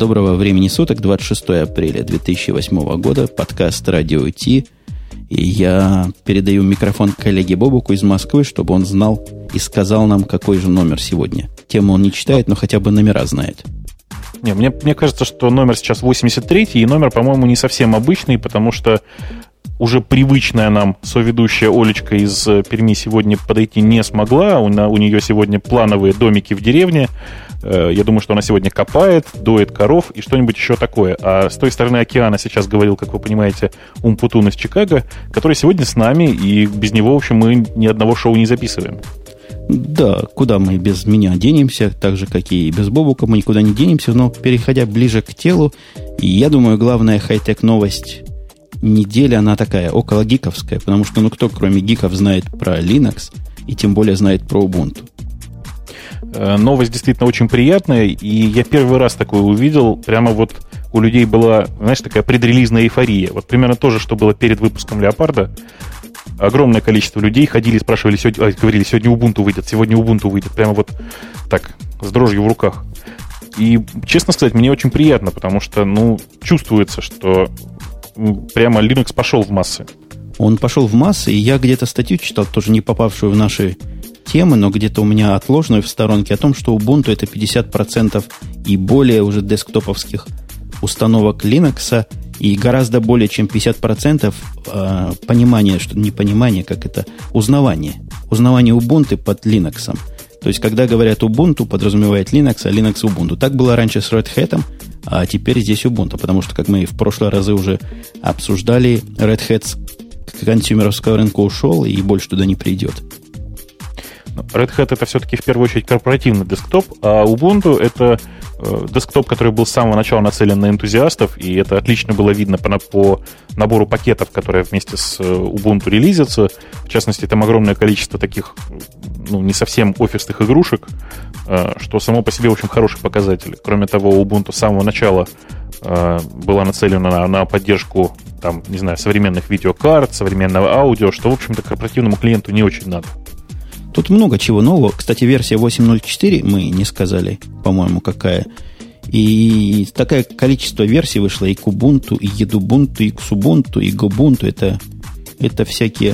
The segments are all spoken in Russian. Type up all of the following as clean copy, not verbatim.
Доброго времени суток, 26 апреля 2008 года, подкаст «Радио Ти». И я передаю микрофон коллеге Бобуку из Москвы, чтобы он знал и сказал нам, какой же номер сегодня. Тему он не читает, но хотя бы номера знает. Не, мне кажется, что номер сейчас 83-й, и номер, по-моему, не совсем обычный, потому что уже привычная нам соведущая Олечка из Перми сегодня подойти не смогла. У нее сегодня плановые домики в деревне. Я думаю, что она сегодня копает, доит коров и что-нибудь еще такое. А с той стороны океана сейчас говорил, как вы понимаете, Умпутун из Чикаго, который сегодня с нами, и без него, в общем, мы ни одного шоу не записываем. Да, куда мы без меня денемся, так же, как и без Бобука, мы никуда не денемся, но переходя ближе к телу, я думаю, главная хай-тек новость недели, она такая, около гиковская, потому что, кто, кроме гиков, знает про Linux, и тем более знает про Ubuntu. Новость действительно очень приятная, и я первый раз такое увидел. Прямо вот у людей была, знаешь, такая предрелизная эйфория. Вот примерно то же, что было перед выпуском Леопарда. Огромное количество людей ходили, спрашивали, говорили, сегодня Ubuntu выйдет. Прямо вот так, с дрожью в руках. И, честно сказать, мне очень приятно, потому что, чувствуется, что прямо Linux пошел в массы. Он пошел в массы, и я где-то статью читал, тоже не попавшую в наши темы, но где-то у меня отложенную в сторонке, о том, что Ubuntu это 50% и более уже десктоповских установок Linux, и гораздо более чем 50% понимания, что не понимание, как это, узнавание Ubuntu под Linux. То есть, когда говорят Ubuntu, подразумевает Linux, а Linux Ubuntu. Так было раньше с Red Hat, а теперь здесь Ubuntu, потому что, как мы в прошлые разы уже обсуждали, Red Hat с консюмеровского рынка ушел и больше туда не придет. Red Hat это все-таки в первую очередь корпоративный десктоп, а Ubuntu это десктоп, который был с самого начала нацелен на энтузиастов, и это отлично было видно по набору пакетов, которые вместе с Ubuntu релизятся. В частности, там огромное количество таких, не совсем офисных игрушек, что само по себе очень хороший показатель. Кроме того, Ubuntu с самого начала была нацелена на поддержку, современных видеокарт, современного аудио, что, в общем-то, корпоративному клиенту не очень надо. Тут много чего нового. Кстати, версия 8.0.4, мы не сказали, по-моему, какая. И такое количество версий вышло и к Ubuntu, и Едубунту, и к Субунту, и к Ubuntu. Это всякие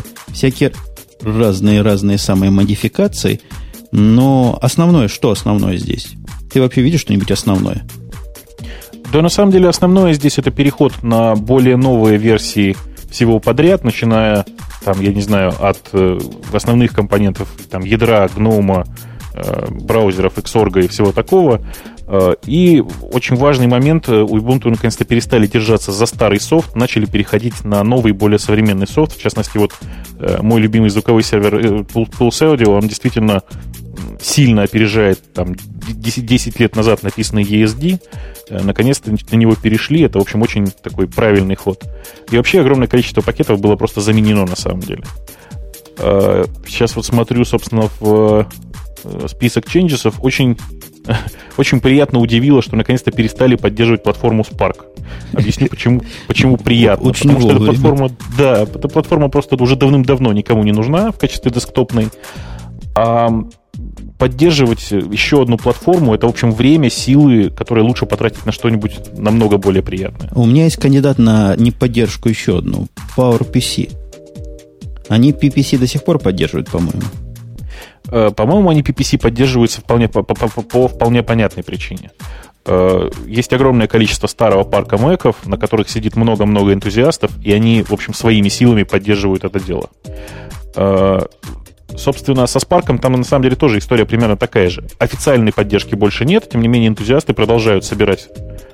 разные самые модификации. Но основное, что основное здесь? Ты вообще видишь что-нибудь основное? Да, на самом деле основное здесь это переход на более новые версии всего подряд, начиная от основных компонентов ядра, гнома, браузеров, Xorg и всего такого. И очень важный момент, у Ubuntu наконец-то перестали держаться за старый софт, начали переходить на новый, более современный софт. В частности, мой любимый звуковой сервер Pulse Audio, он действительно сильно опережает 10 лет назад написанный ESD. Наконец-то на него перешли. Это, в общем, очень такой правильный ход. И вообще огромное количество пакетов было просто заменено на самом деле. Сейчас смотрю, собственно, в список ченджесов. Очень, очень приятно удивило, что наконец-то перестали поддерживать платформу Spark. Объясню, почему приятно. Очень потому что эта платформа просто уже давным-давно никому не нужна в качестве десктопной. А поддерживать еще одну платформу, это, в общем, время, силы, которые лучше потратить на что-нибудь намного более приятное. У меня есть кандидат на неподдержку еще одну. PowerPC. Они PPC до сих пор поддерживают, по-моему. По-моему, они PPC поддерживаются по вполне понятной причине. Есть огромное количество старого парка мэков, на которых сидит много-много энтузиастов, и они, в общем, своими силами поддерживают это дело. Собственно, со Spark'ом там на самом деле тоже история примерно такая же. Официальной поддержки больше нет, тем не менее энтузиасты продолжают собирать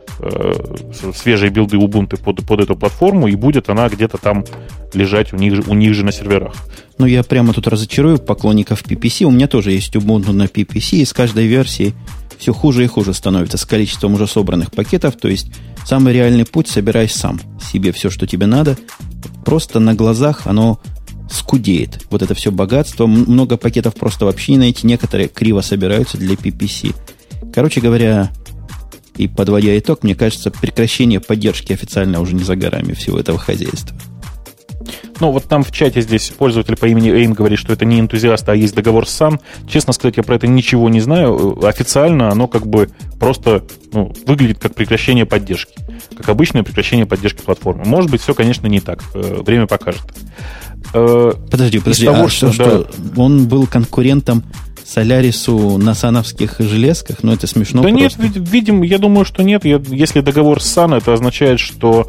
свежие билды Ubuntu под эту платформу, и будет она где-то там лежать у них же на серверах. Я прямо тут разочарую поклонников PPC. У меня тоже есть Ubuntu на PPC, и с каждой версией все хуже и хуже становится с количеством уже собранных пакетов. То есть самый реальный путь — собирай сам себе все, что тебе надо. Просто на глазах оно скудеет. Вот это все богатство. Много пакетов просто вообще не найти. Некоторые криво собираются для PPC. Короче говоря, и подводя итог, мне кажется, прекращение поддержки официально уже не за горами всего этого хозяйства. Ну, вот там в чате здесь пользователь по имени Эйм говорит, что это не энтузиаст, а есть договор с Sun. Честно сказать, я про это ничего не знаю. Официально оно как бы просто выглядит как прекращение поддержки. Как обычное прекращение поддержки платформы. Может быть, все, конечно, не так. Время покажет. Подожди, того, что он был конкурентом Солярису на сановских железках? Ну, это смешно. Да просто. Нет, видимо, я думаю, что нет. Если договор с Sun, это означает, что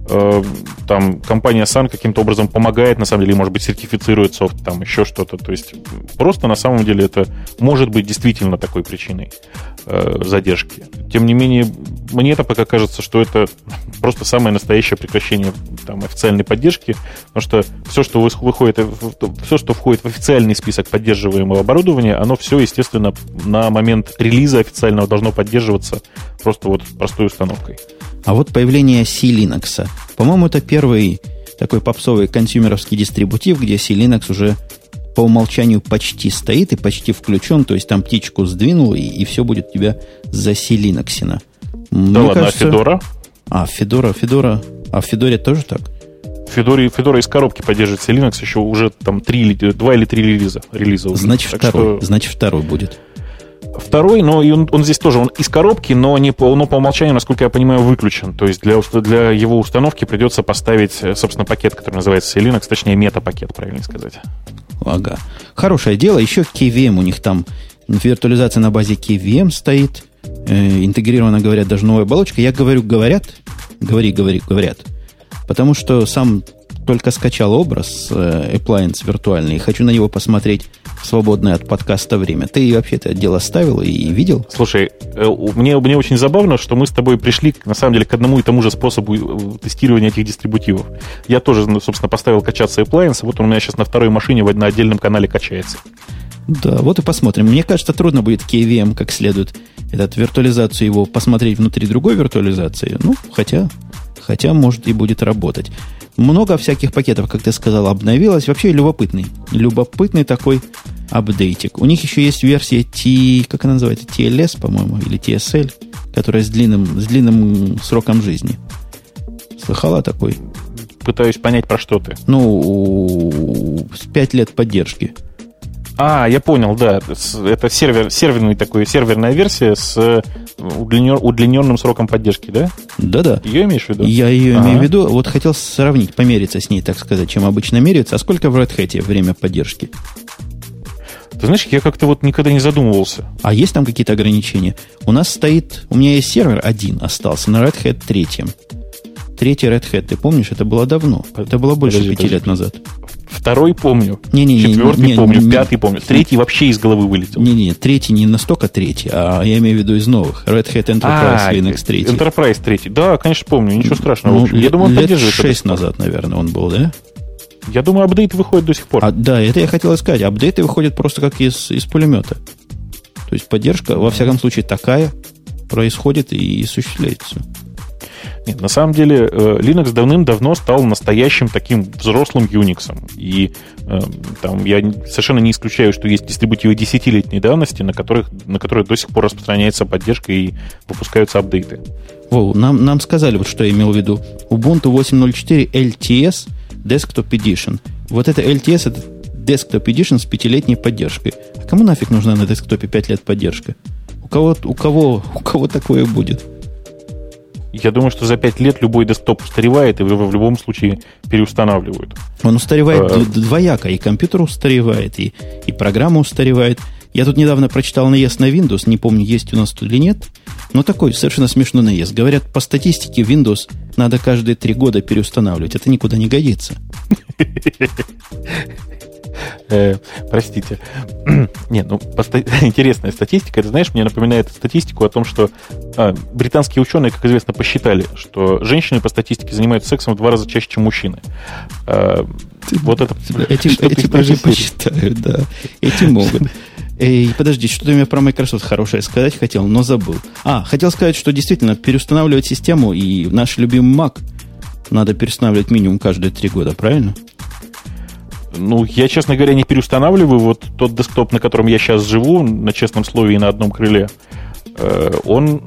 там компания Sun каким-то образом помогает, на самом деле, может быть, сертифицирует софт, там еще что-то. То есть просто на самом деле это может быть действительно такой причиной задержки. Тем не менее, мне это пока кажется, что это просто самое настоящее прекращение там, официальной поддержки, потому что все, что входит в официальный список поддерживаемого оборудования, оно все, естественно, на момент релиза официального должно поддерживаться просто вот простой установкой. А вот появление C-Linux. По-моему, это первый такой попсовый консюмеровский дистрибутив, где C-Linux уже по умолчанию почти стоит и почти включен, то есть там птичку сдвинул, и все будет у тебя за C-Linux. Да ладно, кажется... а Fedora? Fedora. А в Федоре тоже так? Fedora из коробки поддерживает C-Linux еще уже там 2 или 3 релиза. Значит, второй будет. Второй, но он здесь тоже, он из коробки, но по умолчанию, насколько я понимаю, выключен. То есть для его установки придется поставить, собственно, пакет, который называется C-Linux, точнее, мета-пакет, правильно сказать. Ага. Хорошее дело. Еще KVM у них там виртуализация на базе KVM стоит. Интегрирована, говорят, даже новая оболочка. Я говорю, говорят. Говорят. Потому что сам только скачал образ appliance виртуальный и хочу на него посмотреть в свободное от подкаста время. Ты вообще это дело ставил и видел? Слушай, мне очень забавно, что мы с тобой пришли, на самом деле, к одному и тому же способу тестирования этих дистрибутивов. Я тоже, собственно, поставил качаться appliance, вот он у меня сейчас на второй машине на отдельном канале качается. Да, вот и посмотрим. Мне кажется, трудно будет KVM как следует виртуализацию его посмотреть внутри другой виртуализации. Ну, хотя может и будет работать. Много всяких пакетов, как ты сказал, обновилось. Вообще любопытный такой апдейтик. У них еще есть версия как она называется, TLS, по-моему, или TSL, которая с длинным сроком жизни. Слыхала такой? Пытаюсь понять, про что ты. С 5 лет поддержки. Я понял, да. Это серверная версия с удлиненным сроком поддержки, да? Да-да. Ее имеешь в виду? Я ее имею в виду. Вот хотел сравнить, помериться с ней, так сказать, чем обычно меряется. А сколько в Red Hat время поддержки? Ты знаешь, я как-то вот никогда не задумывался. А есть там какие-то ограничения? У меня есть сервер один остался на Red Hat 3. Третий Red Hat, ты помнишь? Это было давно. Это было больше 5 лет назад. Второй помню. Четвертый помню. Пятый помню. Третий вообще из головы вылетел. Третий не настолько третий, а я имею в виду из новых. Red Hat Enterprise Linux 3. Enterprise 3. Да, конечно, помню. Ничего страшного. Я думаю, он поддерживает. 6 назад, наверное, он был, да? Я думаю, апдейты выходят до сих пор. Да, это я хотел сказать. Апдейты выходят просто как из пулемета. То есть поддержка, во всяком случае, такая происходит и осуществляется. Нет, на самом деле Linux давным-давно стал настоящим таким взрослым Unix. И там я совершенно не исключаю, что есть дистрибутивы 10-летней давности, на которые до сих пор распространяется поддержка и выпускаются апдейты. Нам сказали, вот что я имел в виду. Ubuntu 8.04 LTS Desktop Edition. Вот это LTS, это Desktop Edition с 5-летней поддержкой. А кому нафиг нужна на десктопе 5 лет поддержка? У кого такое будет? Я думаю, что за 5 лет любой десктоп устаревает, и его в любом случае переустанавливают. Он устаревает двояко. И компьютер устаревает, и программа устаревает. Я тут недавно прочитал наезд на Windows, не помню, есть у нас тут или нет, но такой совершенно смешной наезд. Говорят, по статистике Windows надо каждые 3 года переустанавливать. Это никуда не годится. Простите. Нет, интересная статистика. Ты знаешь, мне напоминает статистику о том, что британские ученые, как известно, посчитали, что женщины по статистике занимаются сексом в 2 раза чаще, чем мужчины. Вот это... Эти тоже посчитают, да. Эти могут. Подожди, что-то я про Microsoft хорошее сказать хотел, но забыл. Хотел сказать, что действительно переустанавливать систему и наш любимый Mac надо переустанавливать минимум каждые 3 года, правильно? Я, честно говоря, не переустанавливаю. Вот тот десктоп, на котором я сейчас живу, на честном слове и на одном крыле, он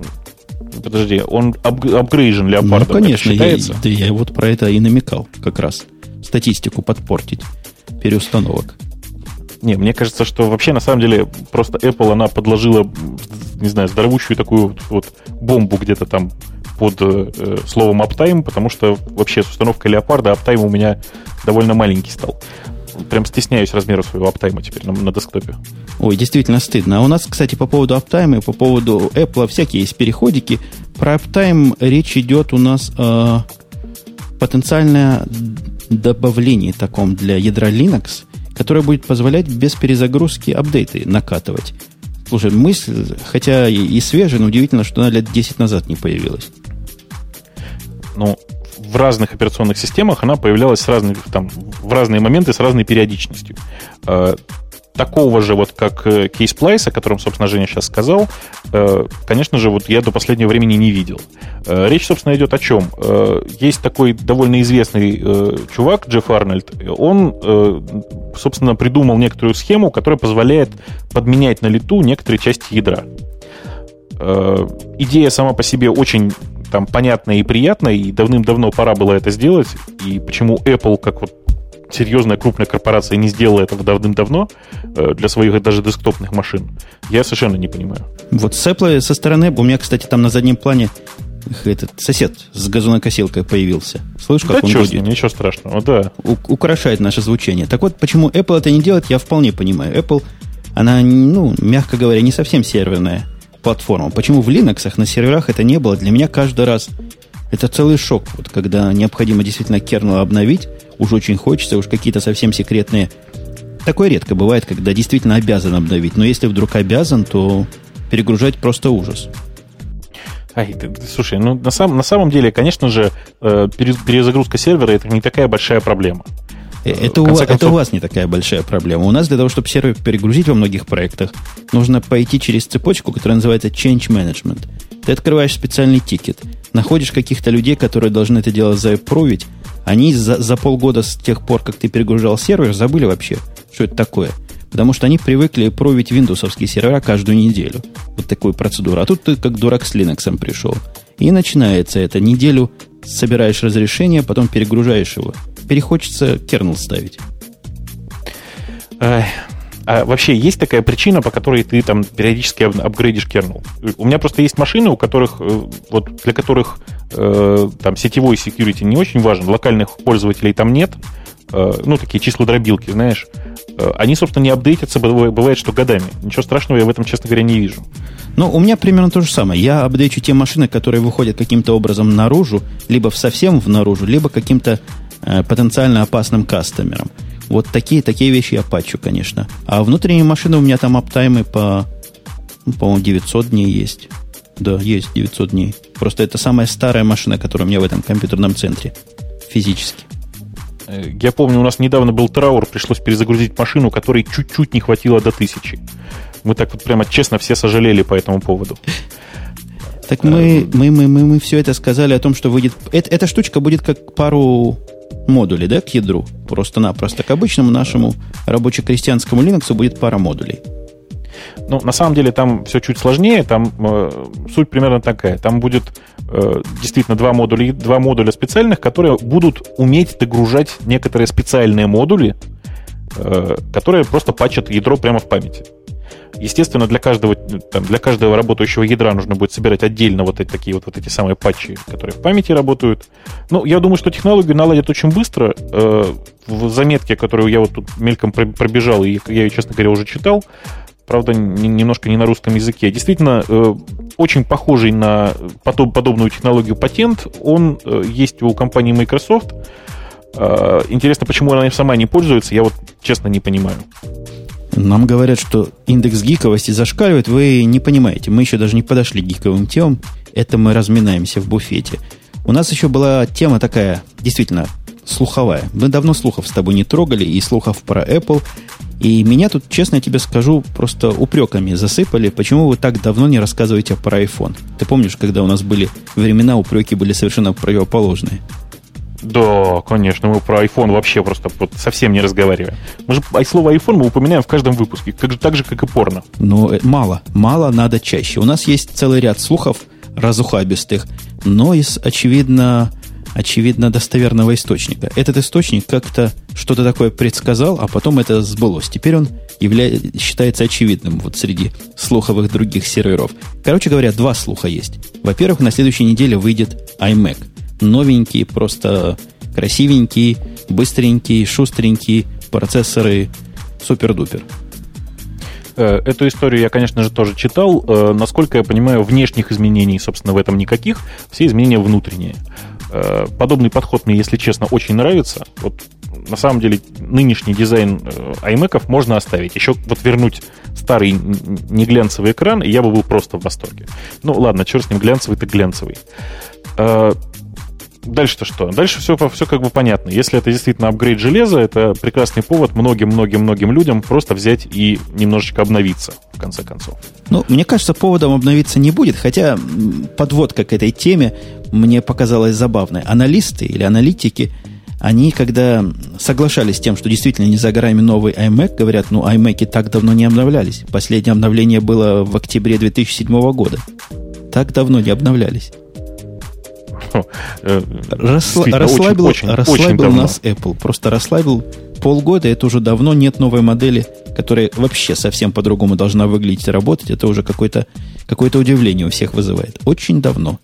апгрейжен леопардом. Конечно, я вот про это и намекал как раз. статистику подпортить переустановок. Не, мне кажется, что вообще на самом деле просто Apple, она подложила, не знаю, здоровущую такую вот бомбу где-то там под словом Uptime, потому что вообще с установкой Леопарда Uptime у меня довольно маленький стал. Прям стесняюсь размера своего Uptime теперь на десктопе. Ой, действительно стыдно. А у нас, кстати, по поводу Uptime и по поводу Apple всякие есть переходики. Про Uptime речь идет у нас о потенциальное добавлении таком для ядра Linux, которое будет позволять без перезагрузки апдейты накатывать. Слушай, мысль, хотя и свежая, но удивительно, что она лет 10 назад не появилась. Ну, в разных операционных системах она появлялась в разные моменты с разной периодичностью. Такого же, вот как Case Splice, о котором, собственно, Женя сейчас сказал, конечно же, вот я до последнего времени не видел. Речь, собственно, идет о чем? Есть такой довольно известный чувак, Джефф Арнольд. Он, собственно, придумал некоторую схему, которая позволяет подменять на лету некоторые части ядра. Идея сама по себе очень там понятная и приятная, и давным-давно пора было это сделать. И почему Apple, как вот серьезная крупная корпорация, не сделала этого давным-давно для своих даже десктопных машин, я совершенно не понимаю. Вот с Apple со стороны, у меня, кстати, там на заднем плане этот сосед с газонокосилкой появился. Слышишь, как да он гудит? Ничего страшного, да. Украшает наше звучание. Так вот, почему Apple это не делает, я вполне понимаю. Apple, она, мягко говоря, не совсем серверная платформа. Почему в Linux на серверах это не было? Для меня каждый раз это целый шок. Вот когда необходимо действительно кернел обновить, уж очень хочется, уж какие-то совсем секретные. Такое редко бывает, когда действительно обязан обновить. Но если вдруг обязан, то перегружать просто ужас. Слушай, на самом деле, конечно же, перезагрузка сервера — это не такая большая проблема. Это у вас не такая большая проблема. У нас для того, чтобы сервер перегрузить во многих проектах, нужно пойти через цепочку, которая называется Change Management. Ты открываешь специальный тикет, находишь каких-то людей, которые должны это дело зааппрувить. Они за полгода с тех пор, как ты перегружал сервер, забыли вообще, что это такое. Потому что они привыкли аппрувить виндовсовские сервера каждую неделю. Вот такую процедуру. А тут ты как дурак с Linux пришел. И начинается это. Неделю собираешь разрешение, потом перегружаешь его. Перехочется кернел ставить. А вообще есть такая причина, по которой ты там периодически апгрейдишь кернел? У меня просто есть машины, у которых, вот для которых там сетевой security не очень важен, локальных пользователей там нет, такие числодробилки, знаешь. Они, собственно, не апдейтятся, бывает, что годами. Ничего страшного я в этом, честно говоря, не вижу. У меня примерно то же самое. Я апдейчу те машины, которые выходят каким-то образом наружу, либо совсем наружу, либо каким-то потенциально опасным кастомером. Вот такие вещи я патчу, конечно. А внутренние машины у меня там аптаймы по-моему, 900 дней есть. Да, есть 900 дней. Просто это самая старая машина, которая у меня в этом компьютерном центре. Физически. Я помню, у нас недавно был траур, пришлось перезагрузить машину, которой чуть-чуть не хватило до 1000. Мы так вот прямо честно все сожалели по этому поводу. Так мы все это сказали о том, что выйдет... Эта штучка будет как пару модулей, да, к ядру. Просто-напросто к обычному нашему рабоче-крестьянскому Linux будет пара модулей. На самом деле там все чуть сложнее. Там суть примерно такая. Там будет действительно два модуля специальных, которые будут уметь догружать некоторые специальные модули, которые просто патчат ядро прямо в памяти. Естественно, для каждого работающего ядра нужно будет собирать отдельно вот эти самые патчи, которые в памяти работают. Я думаю, что технологию наладят очень быстро. В заметке, которую я вот тут мельком пробежал, и я ее, честно говоря, уже читал, правда, немножко не на русском языке. Действительно, очень похожий на подобную технологию патент. Он есть у компании Microsoft. Интересно, почему она сама не пользуется, я вот честно не понимаю. Нам говорят, что индекс гиковости зашкаливает. Вы не понимаете. Мы еще даже не подошли к гиковым темам. Это мы разминаемся в буфете. У нас еще была тема такая, действительно, слуховая. Мы давно слухов с тобой не трогали, и слухов про Apple. И меня тут, честно тебе скажу, просто упреками засыпали. Почему вы так давно не рассказываете про iPhone? Ты помнишь, когда у нас были времена, упреки были совершенно противоположные? Да, конечно, мы про iPhone вообще просто вот совсем не разговариваем. Мы же слово iPhone мы упоминаем в каждом выпуске, так же, как и порно. Мало, надо чаще. У нас есть целый ряд слухов разухабистых, но из, очевидно, очевидно, достоверного источника. Этот источник как-то что-то такое предсказал, а потом это сбылось. Теперь он считается очевидным вот среди слуховых других серверов. Короче говоря, два слуха есть. Во-первых, на следующей неделе выйдет iMac. Новенький, просто красивенький, быстренький, шустренький, процессоры супер-дупер. Эту историю я, конечно же, тоже читал. Насколько я понимаю, внешних изменений, собственно, в этом никаких. Все изменения внутренние. Подобный подход мне, если честно, очень нравится. Вот на самом деле нынешний дизайн iMac'ов можно оставить. Еще вот вернуть старый неглянцевый экран, и я бы был просто в восторге. Ну, ладно, черт с ним, глянцевый-то глянцевый. Дальше-то что? Дальше все как бы понятно. Если это действительно апгрейд железа, это прекрасный повод многим-многим-многим людям просто взять и немножечко обновиться, в конце концов. Ну, мне кажется, поводом обновиться не будет, хотя подводка к этой теме мне показалась забавной. Аналисты или аналитики, они, когда соглашались с тем, что действительно не за горами новый iMac, говорят, ну, iMac'и так давно не обновлялись. Последнее обновление было в октябре 2007 года. Так давно не обновлялись. Расслабил нас Apple. Просто расслабил полгода. Это уже давно нет новой модели, которая вообще совсем по-другому должна выглядеть и работать. Это уже какое-то удивление у всех вызывает. Очень давно.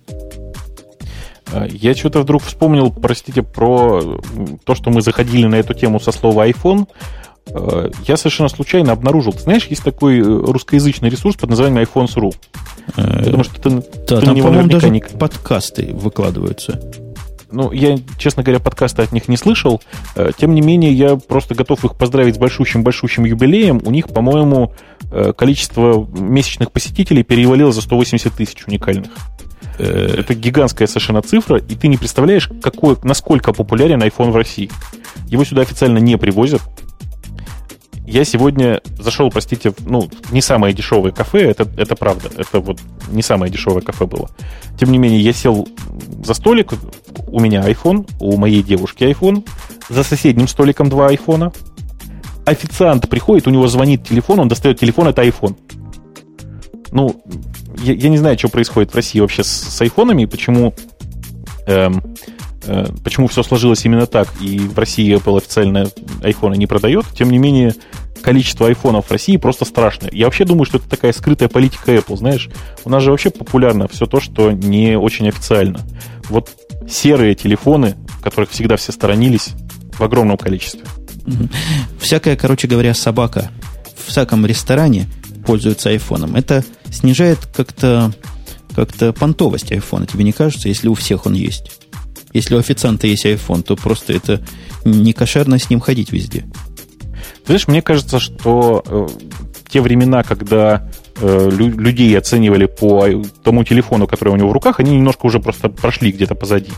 Я что-то вдруг вспомнил, простите, про то, что мы заходили на эту тему со слова iPhone. Я совершенно случайно обнаружил. Ты знаешь, есть такой русскоязычный ресурс под названием iPhones.ru. Я думаю, что ты там, на него по-моему, даже подкасты выкладываются. Ну, я, честно говоря, подкасты от них не слышал. Тем не менее, я просто готов их поздравить с большущим юбилеем. У них, по-моему, количество месячных посетителей перевалило за 180 тысяч уникальных. Это гигантская совершенно цифра, и ты не представляешь, насколько популярен iPhone в России. Его сюда официально не привозят. Я сегодня зашел, простите, не самое дешевое кафе, это правда, это вот не самое дешевое кафе было. Тем не менее, я сел за столик, у меня iPhone, у моей девушки iPhone, за соседним столиком 2 айфона. Официант приходит, у него звонит телефон, он достает телефон, это iPhone. Ну, я не знаю, что происходит в России вообще с айфонами, почему все сложилось именно так, и в России Apple официально айфоны не продает. Тем не менее, количество айфонов в России просто страшное. Я вообще думаю, что это такая скрытая политика Apple, знаешь. У нас же вообще популярно все то, что не очень официально. Вот серые телефоны, которых всегда все сторонились, в огромном количестве. Всякая, короче говоря, собака в всяком ресторане пользуется айфоном. Это снижает как-то понтовость айфона. Тебе не кажется, если у всех он есть? Если у официанта есть iPhone, то просто это не кошерно с ним ходить везде. Ты знаешь, мне кажется, что те времена, когда людей оценивали по тому телефону, который у него в руках, они немножко уже просто прошли где-то позади.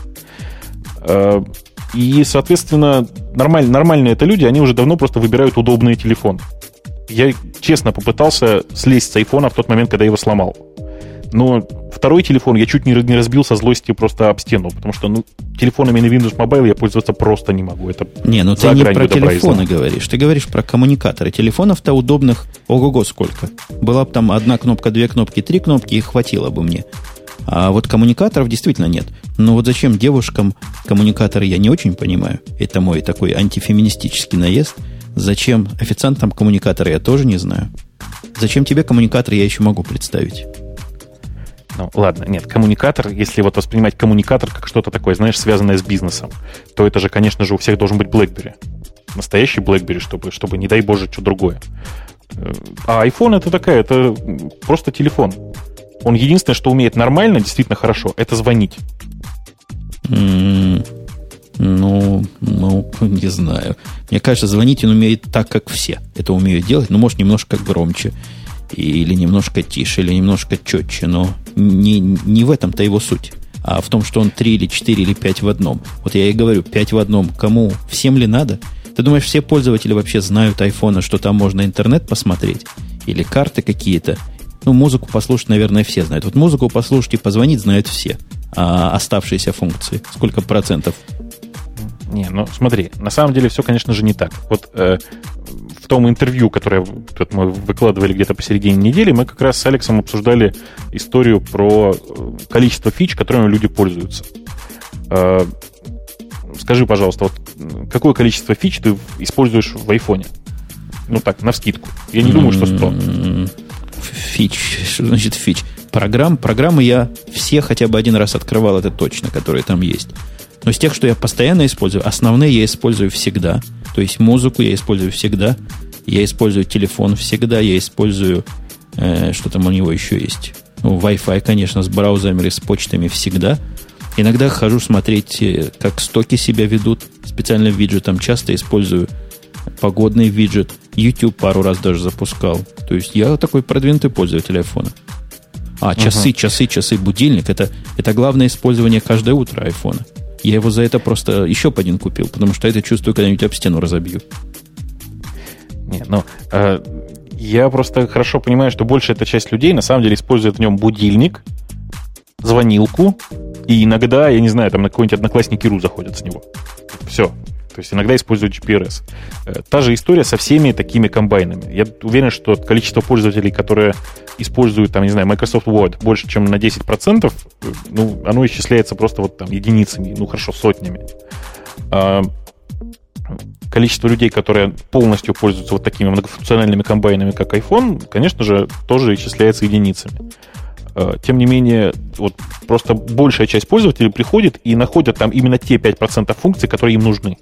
И, соответственно, нормальные это люди, они уже давно просто выбирают удобные телефоны. Я честно попытался слезть с айфона в тот момент, когда его сломал. Но второй телефон я чуть не разбил со злости просто об стену, потому что телефонами на Windows Mobile я пользоваться просто не могу. Это ты не про телефоны говоришь, ты говоришь про коммуникаторы. Телефонов-то удобных ого-го сколько. Была бы там одна кнопка, две кнопки, 3 кнопки, и хватило бы мне. А вот коммуникаторов действительно нет. Но вот зачем девушкам коммуникаторы, я не очень понимаю. Это мой такой антифеминистический наезд. Зачем официантам коммуникаторы, я тоже не знаю. Зачем тебе коммуникаторы, я еще могу представить. Ну, ладно, нет, коммуникатор, если вот воспринимать коммуникатор как что-то такое, знаешь, связанное с бизнесом, то это же, конечно же, у всех должен быть BlackBerry. Настоящий BlackBerry, чтобы не дай боже, что другое. А iPhone это просто телефон. Он единственное, что умеет нормально, действительно хорошо, это звонить. Не знаю. Мне кажется, звонить он умеет так, как все это умеют делать, но может немножко громче. Или немножко тише, или немножко четче, но не в этом-то его суть, а в том, что он 3 или 4 или 5 в одном. Вот я и говорю, 5 в одном. Кому? Всем ли надо? Ты думаешь, все пользователи вообще знают айфона, что там можно интернет посмотреть? Или карты какие-то? Музыку послушать, наверное, все знают. Вот музыку послушать и позвонить знают все. А оставшиеся функции? Сколько процентов? Не, смотри, на самом деле все, конечно же, не так. Вот в том интервью, которое мы выкладывали где-то посередине недели, мы как раз с Алексом обсуждали историю про количество фич, которыми люди пользуются. скажи, пожалуйста, вот какое количество фич ты используешь в айфоне? Ну так, навскидку. Я не думаю, что 100. Фич. Что значит фич? Программы я все хотя бы один раз открывал, это точно, которые там есть. Но из тех, что я постоянно использую, основные я использую всегда. То есть музыку я использую всегда. Я использую телефон всегда. Я использую... что там у него еще есть? Ну, Wi-Fi, конечно, с браузерами, с почтами всегда. Иногда хожу смотреть, как стоки себя ведут. Специально виджетом часто использую погодный виджет. YouTube пару раз даже запускал. То есть я такой продвинутый пользователь айфона. Часы, будильник. Это главное использование каждое утро айфона. Я его за это просто еще по один купил, потому что это чувствую, когда-нибудь об стену разобью. Не, ну, я просто хорошо понимаю, что большая эта часть людей на самом деле использует в нем будильник, звонилку, и иногда, я не знаю, там на какой-нибудь Одноклассники.ру заходят с него. Все. То есть иногда используют GPRS. Та же история со всеми такими комбайнами. Я уверен, что количество пользователей, которые используют, там, не знаю, Microsoft Word больше, чем на 10%, ну, оно исчисляется просто вот там единицами, ну, хорошо, сотнями. Количество людей, которые полностью пользуются вот такими многофункциональными комбайнами, как iPhone, конечно же, тоже исчисляется единицами. Тем не менее, вот просто большая часть пользователей приходит и находят там именно те 5% функций, которые им нужны.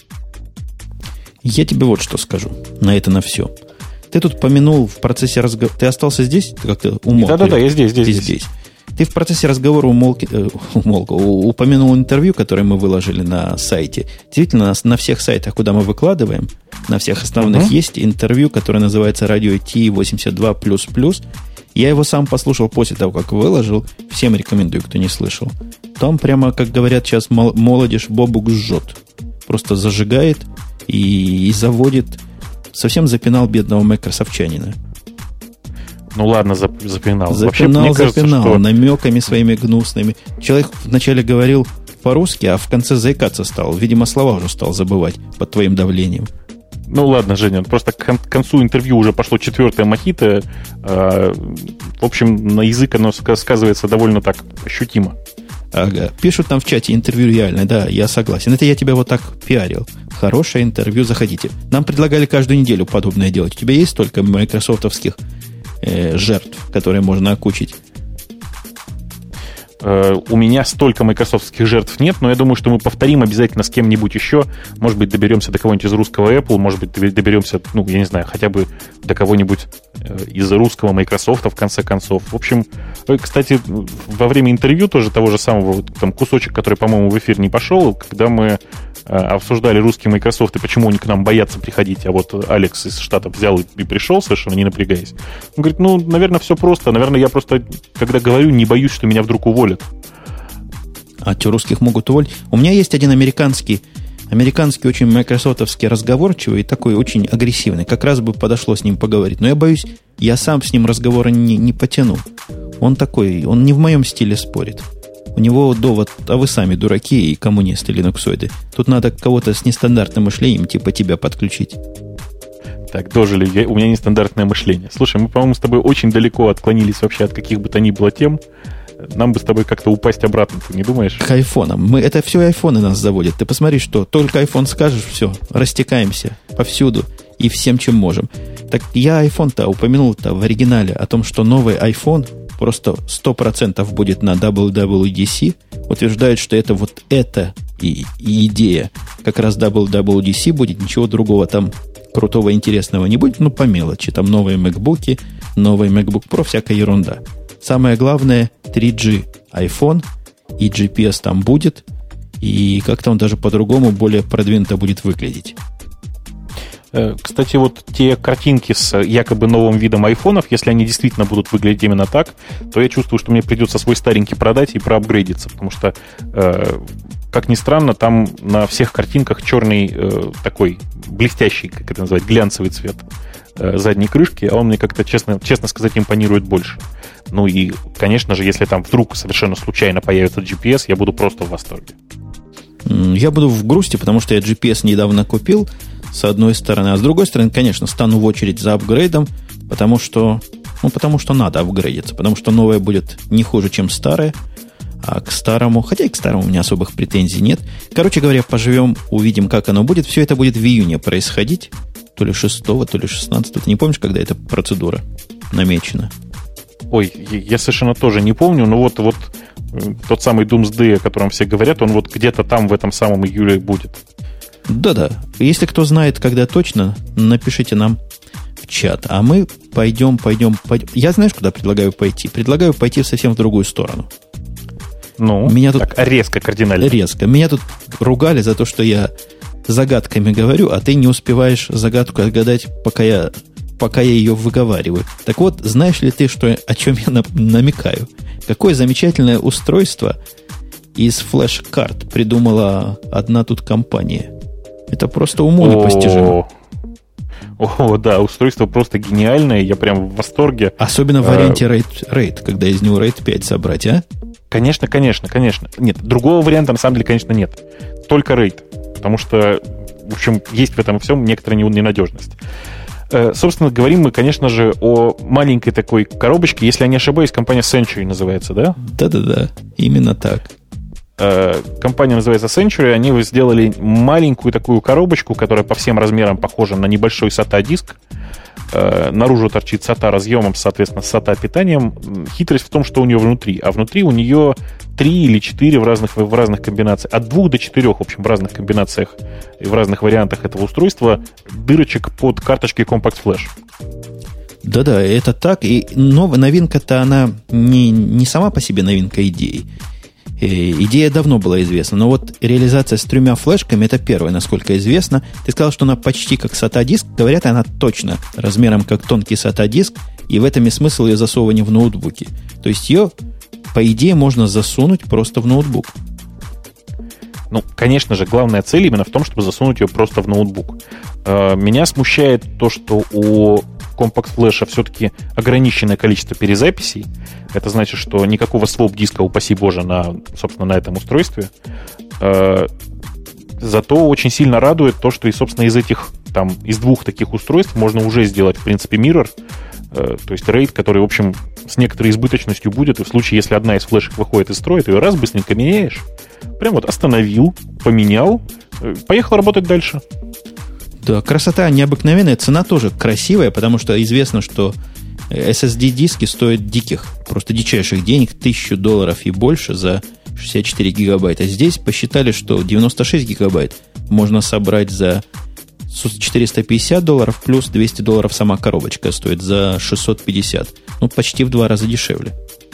Я тебе вот что скажу. На это на все. Ты тут помянул в процессе разговора... Ты остался здесь? Ты как-то умолк? Да, я здесь. Ты в процессе разговора упомянул интервью, которое мы выложили на сайте. Действительно, на всех сайтах, куда мы выкладываем, на всех основных есть интервью, которое называется «Радио T82++». Я его сам послушал после того, как выложил. Всем рекомендую, кто не слышал. Там прямо, как говорят сейчас, молодежь бобук жжет. Просто зажигает и заводит. Совсем запинал бедного майкрософтчанина. Ну ладно, запинал. Запинал, что... намеками своими гнусными. Человек вначале говорил по-русски, а в конце заикаться стал. Видимо, слова уже стал забывать под твоим давлением. Ну ладно, Женя, просто к концу интервью уже пошло 4-е мохито. В общем, на язык оно сказывается довольно так ощутимо. Ага. Пишут там в чате, интервью реальное. Да, я согласен. Это я тебя вот так пиарил. Хорошее интервью, заходите. Нам предлагали каждую неделю подобное делать. У тебя есть столько майкрософтовских жертв, которые можно окучить? У меня столько майкрософтских жертв нет, но я думаю, что мы повторим обязательно с кем-нибудь еще. Может быть, доберемся до кого-нибудь из русского Apple, может быть, доберемся, ну, я не знаю, хотя бы до кого-нибудь из русского Microsoft, в конце концов. В общем, кстати, во время интервью тоже того же самого, вот, там кусочек, который, по-моему, в эфир не пошел, когда мы обсуждали русский Microsoft и почему они к нам боятся приходить, а вот Алекс из Штатов взял и пришел, совершенно не напрягаясь. Он говорит, ну, наверное, все просто. Наверное, я просто, когда говорю, не боюсь, что меня вдруг уволят. А что, русских могут уволить? У меня есть один американский очень майкрософтовский разговорчивый и такой очень агрессивный. Как раз бы подошло с ним поговорить. Но я боюсь, я сам с ним разговора не потяну. Он такой, он не в моем стиле спорит. У него довод, а вы сами дураки и коммунисты, линуксоиды. Тут надо кого-то с нестандартным мышлением типа тебя подключить. Так, дожили. У меня нестандартное мышление. Слушай, мы, по-моему, с тобой очень далеко отклонились вообще от каких бы то ни было тем. Нам бы с тобой как-то упасть обратно, ты не думаешь? К айфонам. Это все айфоны нас заводят. Ты посмотри, что только айфон скажешь, все, растекаемся повсюду и всем, чем можем. Так я айфон-то упомянул-то в оригинале о том, что новый iPhone просто 100% будет на WWDC. Утверждают, что это вот эта и идея. Как раз WWDC будет, ничего другого там крутого, интересного не будет. Ну, по мелочи. Там новые MacBook'и, новый MacBook Pro, всякая ерунда. Самое главное, 3G iPhone, и GPS там будет, и как-то он даже по-другому, более продвинуто будет выглядеть. Кстати, вот те картинки с якобы новым видом айфонов, если они действительно будут выглядеть именно так, то я чувствую, что мне придется свой старенький продать и проапгрейдиться, потому что, как ни странно, там на всех картинках черный такой блестящий, как это называть, глянцевый цвет задней крышки, а он мне как-то, честно сказать, импонирует больше. Ну и, конечно же, если там вдруг совершенно случайно появится GPS, я буду просто в восторге. Я буду в грусти, потому что я GPS недавно купил, с одной стороны. А с другой стороны, конечно, стану в очередь за апгрейдом, потому что надо апгрейдиться, потому что новое будет не хуже, чем старое. А к старому, хотя и к старому у меня особых претензий нет. Короче говоря, поживем, увидим, как оно будет. Все это будет в июне происходить. То ли 6, то ли 16. Ты не помнишь, когда эта процедура намечена? Ой, я совершенно тоже не помню, но вот тот самый Doomsday, о котором все говорят, он вот где-то там в этом самом июле будет. Да-да. Если кто знает, когда точно, напишите нам в чат. А мы пойдем. Я знаешь, куда предлагаю пойти? Предлагаю пойти совсем в другую сторону. Ну, меня тут, так резко, кардинально. Резко. Меня тут ругали за то, что я загадками говорю, а ты не успеваешь загадку отгадать, пока я ее выговариваю. Так вот, знаешь ли ты, о чем я намекаю? Какое замечательное устройство из флеш-карт придумала одна тут компания. Это просто уму непостижимо. О, да, устройство просто гениальное, я прям в восторге. Особенно в варианте RAID, когда из него RAID 5 собрать, а? Конечно. Нет, другого варианта на самом деле, конечно, нет. Только RAID. Потому что, в общем, есть в этом всем некоторая ненадежность. Собственно, говорим мы, конечно же, о маленькой такой коробочке. Если я не ошибаюсь, компания Century называется, да? Да, именно так. Компания называется Century. Они сделали маленькую такую коробочку, которая по всем размерам похожа на небольшой SATA-диск. Наружу торчит SATA разъемом, соответственно, с SATA питанием. Хитрость в том, что у нее внутри. А внутри у нее 3 или 4 в разных комбинациях. От 2 до 4, в общем, в разных комбинациях и в разных вариантах этого устройства дырочек под карточки Compact Flash. Да, это так. И новинка-то она не сама по себе новинка идеи. Идея давно была известна, но вот реализация с 3 флешками – это первое, насколько известно. Ты сказал, что она почти как SATA-диск. Говорят, она точно размером как тонкий SATA-диск, и в этом и смысл ее засовывания в ноутбуки. То есть ее, по идее, можно засунуть просто в ноутбук. Ну, конечно же, главная цель именно в том, чтобы засунуть ее просто в ноутбук. Меня смущает то, что у Compact Flash все-таки ограниченное количество перезаписей. Это значит, что никакого своп-диска, упаси Боже, собственно, на этом устройстве. Зато очень сильно радует то, что, собственно, из 2 таких устройств можно уже сделать, в принципе, Mirror, то есть RAID, который, в общем, с некоторой избыточностью будет, и в случае, если одна из флешек выходит из строя, ты ее раз быстренько меняешь, прям вот остановил, поменял, поехал работать дальше. Да, красота необыкновенная, цена тоже красивая, потому что известно, что SSD-диски стоят просто дичайших денег, $1000 и больше за 64 гигабайта. Здесь посчитали, что 96 гигабайт можно собрать за $450, плюс $200 сама коробочка стоит за 650. Ну, почти в 2 раза дешевле.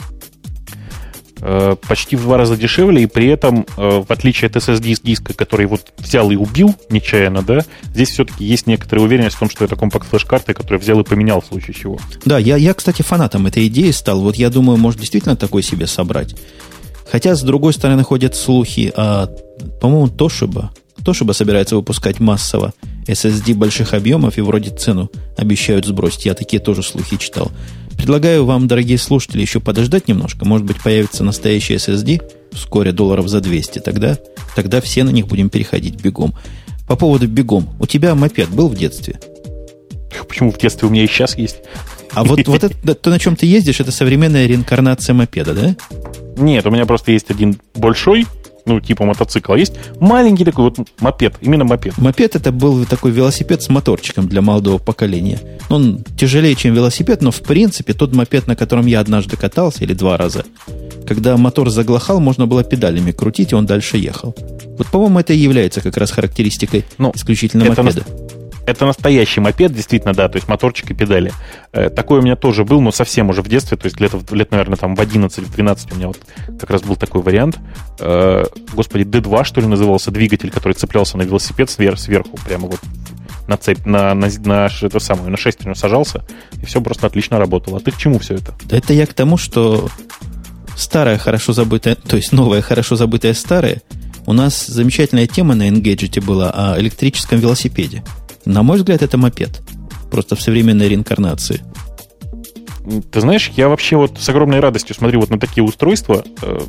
Почти в 2 раза дешевле, и при этом, в отличие от SSD-диска, который вот взял и убил нечаянно, да, здесь все-таки есть некоторая уверенность в том, что это компакт-флеш-карта, которую взял и поменял в случае чего. Да, я, кстати, фанатом этой идеи стал. Вот я думаю, может действительно такой себе собрать. Хотя, с другой стороны, ходят слухи о, по-моему, Toshiba собирается выпускать массово SSD больших объемов, и вроде цену обещают сбросить. Я такие тоже слухи читал. Предлагаю вам, дорогие слушатели, еще подождать немножко. Может быть, появится настоящий SSD вскоре за $200. Тогда все на них будем переходить бегом. По поводу бегом. У тебя мопед был в детстве? Почему в детстве? У меня и сейчас есть. А вот это, то, на чем ты ездишь, это современная реинкарнация мопеда, да? Нет, у меня просто есть один большой, типа мотоцикла. Есть маленький такой вот мопед, именно мопед. Мопед это был такой велосипед с моторчиком для молодого поколения. Он тяжелее, чем велосипед, но в принципе тот мопед, на котором я однажды катался, или 2 раза, когда мотор заглохал, можно было педалями крутить, и он дальше ехал. Вот, по-моему, это и является как раз характеристикой исключительно мопеда. Это настоящий мопед, действительно, да, то есть моторчик и педали. Такой у меня тоже был, но совсем уже в детстве, то есть лет наверное, там в 11-12 у меня вот как раз был такой вариант. Господи, D2, что ли, назывался двигатель, который цеплялся на велосипед сверху, прямо вот на цепь, на шестерню сажался, и все просто отлично работало. А ты к чему все это? Это я к тому, что старое хорошо забытое, то есть новое хорошо забытое старое. У нас замечательная тема на Engadget была о электрическом велосипеде. На мой взгляд, это мопед. Просто в современной реинкарнации. ты знаешь, я вообще вот с огромной радостью смотрю вот на такие устройства,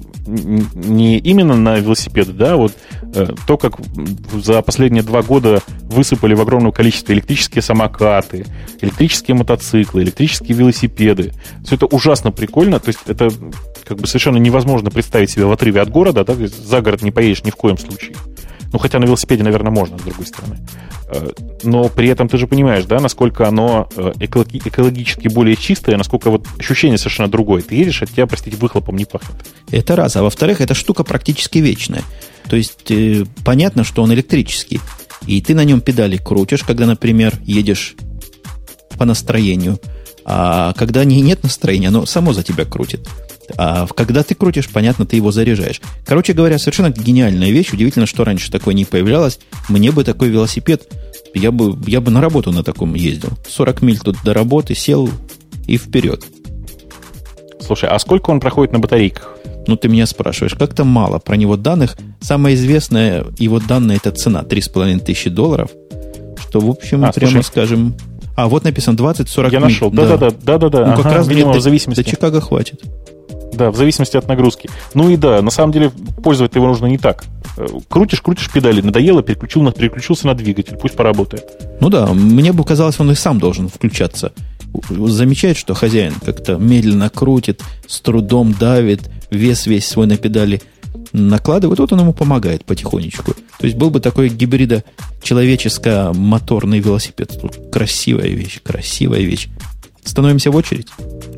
не именно на велосипеды, да, вот то, как за последние 2 года высыпали в огромном количестве электрические самокаты, электрические мотоциклы, электрические велосипеды. Все это ужасно прикольно, то есть это как бы совершенно невозможно представить себе в отрыве от города, да, за город не поедешь ни в коем случае. Ну, хотя на велосипеде, наверное, можно, с другой стороны. Но при этом ты же понимаешь, да, насколько оно экологически более чистое, насколько вот ощущение совершенно другое. Ты едешь, от тебя, простите, выхлопом не пахнет. Это раз. А во-вторых, эта штука практически вечная. То есть, понятно, что он электрический. И ты на нем педали крутишь, когда, например, едешь по настроению. А когда нет настроения, оно само за тебя крутит. А когда ты крутишь, понятно, ты его заряжаешь. Короче говоря, совершенно гениальная вещь. Удивительно, что раньше такое не появлялось. Мне бы такой велосипед, я бы на работу на таком ездил. 40 миль тут до работы, сел и вперед. Слушай, а сколько он проходит на батарейках? Ну, ты меня спрашиваешь, как-то мало про него данных. Самое известное его данные – это цена $3500, что, в общем, прямо скажем... А, вот написано 20-40 миль. Я нашел, да-да-да. Ну, как раз видимо, в зависимости. До Чикаго хватит. Да, в зависимости от нагрузки. Ну и да, на самом деле пользовать его нужно не так. Крутишь педали, надоело, переключился на двигатель, пусть поработает. Ну да, мне бы казалось, он и сам должен включаться. Замечает, что хозяин как-то медленно крутит, с трудом давит, вес весь свой на педали накладывает, вот он ему помогает потихонечку. То есть был бы такой гибрида человеческо-моторный велосипед. Красивая вещь. Становимся в очередь?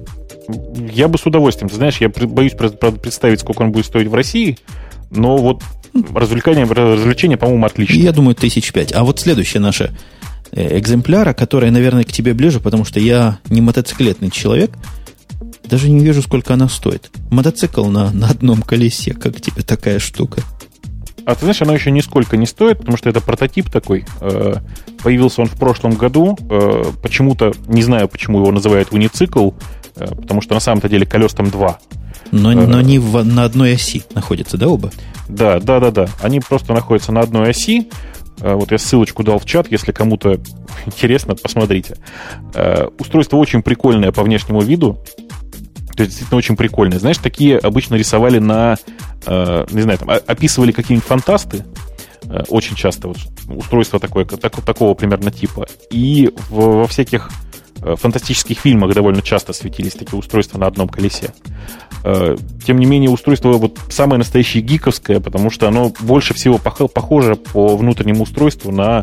Я бы с удовольствием. Ты знаешь, я боюсь представить, сколько он будет стоить в России, но вот развлечение, по-моему, отличное. Я думаю, 5,000. А вот следующая наша экземпляра, которая, наверное, к тебе ближе, потому что я не мотоциклетный человек, даже не вижу, сколько она стоит. Мотоцикл на одном колесе. Как тебе такая штука? А ты знаешь, она еще нисколько не стоит, потому что это прототип такой. Появился он в прошлом году. Почему-то, не знаю, почему его называют уницикл, потому что на самом-то деле колес там 2. Но они на одной оси находятся, да, оба? Да. Они просто находятся на одной оси. Вот я ссылочку дал в чат, если кому-то интересно, посмотрите. Устройство очень прикольное по внешнему виду. То есть действительно очень прикольное. Знаешь, такие обычно рисовали не знаю, там, описывали какие-нибудь фантасты. Очень часто вот устройство такого примерно типа. И во всяких фантастических фильмах довольно часто светились такие устройства на одном колесе. Тем не менее, устройство вот самое настоящее гиковское, потому что оно больше всего похоже по внутреннему устройству на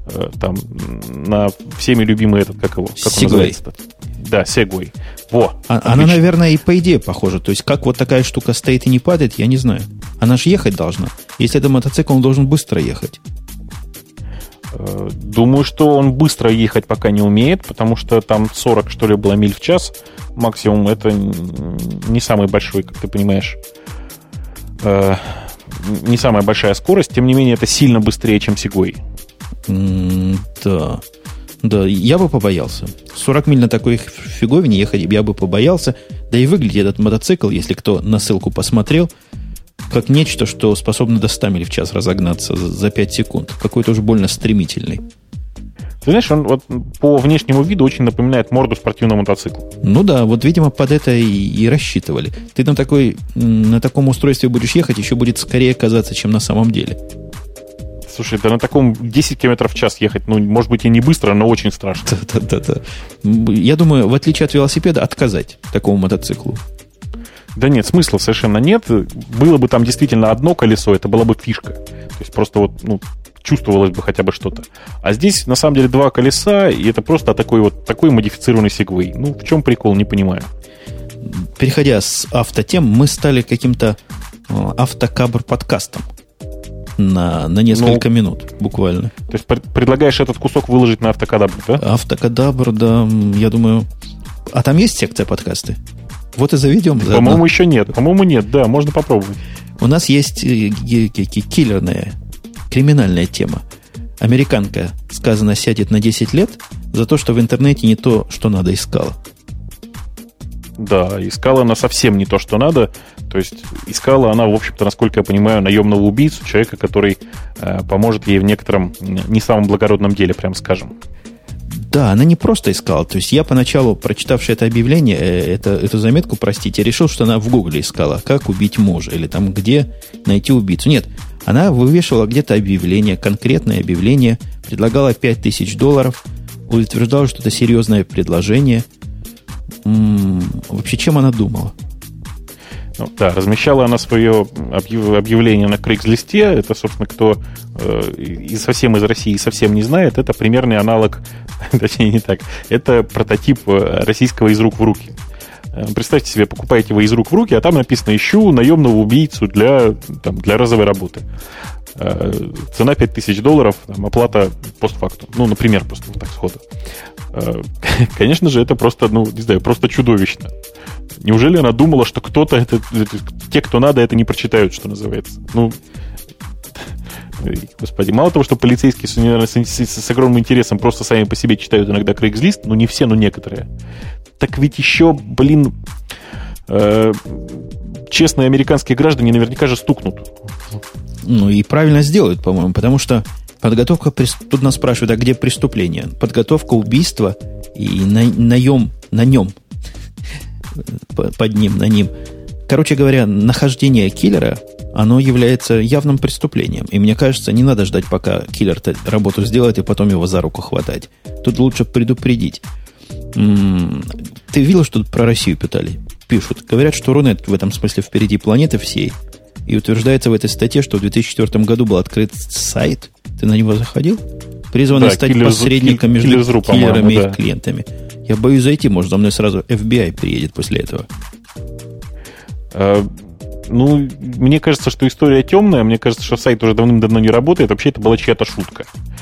всеми любимый как он называется? Да, Segway. Во. Она, наверное, и по идее похожа. То есть, как вот такая штука стоит и не падает, я не знаю. Она же ехать должна. Если это мотоцикл, он должен быстро ехать. Думаю, что он быстро ехать пока не умеет, потому что там 40, что ли, было миль в час максимум. Это не самый большой, как ты понимаешь, не самая большая скорость. Тем не менее, это сильно быстрее, чем Segway. Да, я бы побоялся. 40 миль на такой фиговине ехать я бы побоялся. Да и выглядит этот мотоцикл, если кто на ссылку посмотрел, как нечто, что способно до 100 миль в час разогнаться за 5 секунд. Какой-то уж больно стремительный. Ты знаешь, он вот по внешнему виду очень напоминает морду спортивного мотоцикла. Ну да, вот, видимо, под это и рассчитывали. Ты на таком устройстве будешь ехать, еще будет скорее казаться, чем на самом деле. Слушай, да на таком 10 км в час ехать, ну, может быть, и не быстро, но очень страшно. Да. Я думаю, в отличие от велосипеда, отказать такому мотоциклу. Да нет, смысла совершенно нет. Было бы там действительно одно колесо, это была бы фишка. То есть просто вот, чувствовалось бы хотя бы что-то. А здесь, на самом деле, 2 колеса, и это просто такой модифицированный Segway. Ну, в чем прикол, не понимаю. Переходя с автотем, мы стали каким-то автокабр-подкастом. На несколько минут, буквально. То есть предлагаешь этот кусок выложить на Автокадабр, да? Автокадабр, да, я думаю... А там есть секция подкасты? Вот и заведем. По-моему, еще нет. По-моему, нет, да, можно попробовать. У нас есть киллерная, криминальная тема. Американка, сказано, сядет на 10 лет за то, что в интернете не то, что надо, искала. Да, искала она совсем не то, что надо. То есть искала она, в общем-то, насколько я понимаю, наемного убийцу, человека, который поможет ей в некотором не самом благородном деле, прям скажем. Да, она не просто искала. То есть я поначалу, прочитавший это объявление, эту заметку, простите, решил, что она в Гугле искала, как убить мужа, или там где найти убийцу. Нет, она вывешивала где-то объявление, конкретное объявление, предлагала $5000, утверждала, что это серьезное предложение. Вообще, чем она думала? Ну, да, размещала она свое объявление на Craigslist. Это, собственно, кто совсем из России совсем не знает, это примерный аналог, точнее не так, это прототип российского «из рук в руки». Представьте себе, покупаете вы «из рук в руки», а там написано «ищу наемного убийцу для разовой работы». Цена $5000, там, оплата постфактум. Ну, например, просто вот так сходу. Конечно же, это просто, не знаю, просто чудовищно. Неужели она думала, что кто-то, те, кто надо, это не прочитают, что называется? Господи, мало того, что полицейские, наверное, с огромным интересом просто сами по себе читают иногда Craigslist, не все, но некоторые. Так ведь еще, честные американские граждане наверняка же стукнут. И правильно сделают, по-моему, потому что подготовка... Тут нас спрашивают, а где преступление? Подготовка убийства и наем на нем. Под ним, на ним. Короче говоря, нахождение киллера, оно является явным преступлением. И мне кажется, не надо ждать, пока киллер работу сделает, и потом его за руку хватать. Тут лучше предупредить. Ты видел, что тут про Россию пишут? Говорят, что Рунет в этом смысле впереди планеты всей. И утверждается в этой статье, что в 2004 году был открыт сайт. Ты на него заходил? Призванный стать посредником между киллерами и их клиентами. Я боюсь зайти, может, за мной сразу FBI приедет после этого. Мне кажется, что история темная. Мне кажется, что сайт уже давным-давно не работает. Вообще, это была чья-то шутка.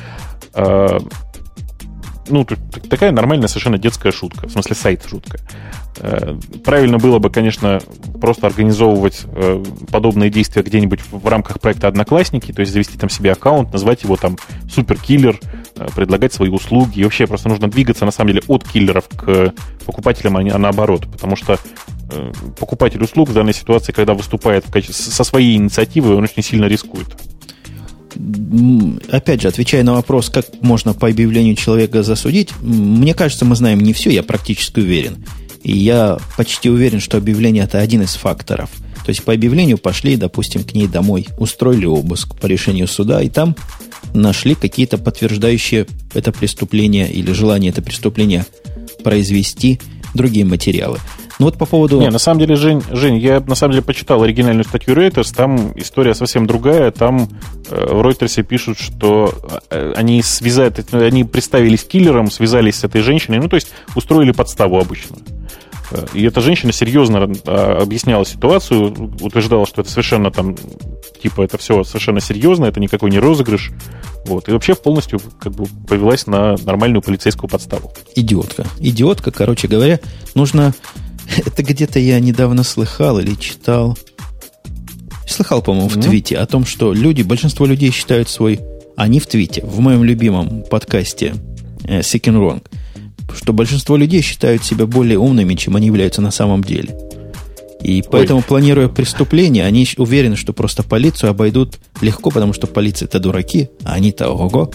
Такая нормальная совершенно детская шутка. В смысле, сайт-шутка. Правильно было бы, конечно, просто организовывать подобные действия где-нибудь в рамках проекта «Одноклассники», то есть завести там себе аккаунт, назвать его там «Суперкиллер», предлагать свои услуги. И вообще просто нужно двигаться, на самом деле, от киллеров к покупателям, а наоборот. Потому что покупатель услуг в данной ситуации, когда выступает со своей инициативой, он очень сильно рискует. Опять же, отвечая на вопрос, как можно по объявлению человека засудить, мне кажется, мы знаем не все, я практически уверен. И я почти уверен, что объявление – это один из факторов. То есть по объявлению пошли, допустим, к ней домой, устроили обыск по решению суда, и там нашли какие-то подтверждающие это преступление или желание это преступление произвести другие материалы. Ну вот по поводу... На самом деле, Жень, я на самом деле почитал оригинальную статью Reuters, там история совсем другая. Там в Reuters пишут, что они представились киллером, связались с этой женщиной, то есть устроили подставу обычную. И эта женщина серьезно объясняла ситуацию, утверждала, что это совершенно это все совершенно серьезно, это никакой не розыгрыш. Вот. И вообще полностью повелась на нормальную полицейскую подставу. Идиотка, короче говоря, нужно... Это где-то я недавно слыхал или читал. Слыхал, по-моему, в твите о том, что большинство людей считают они в твите, в моем любимом подкасте Sick and Wrong, что большинство людей считают себя более умными, чем они являются на самом деле. И поэтому, планируя преступление, они уверены, что просто полицию обойдут легко, потому что полиция-то дураки, а они-то ого-го.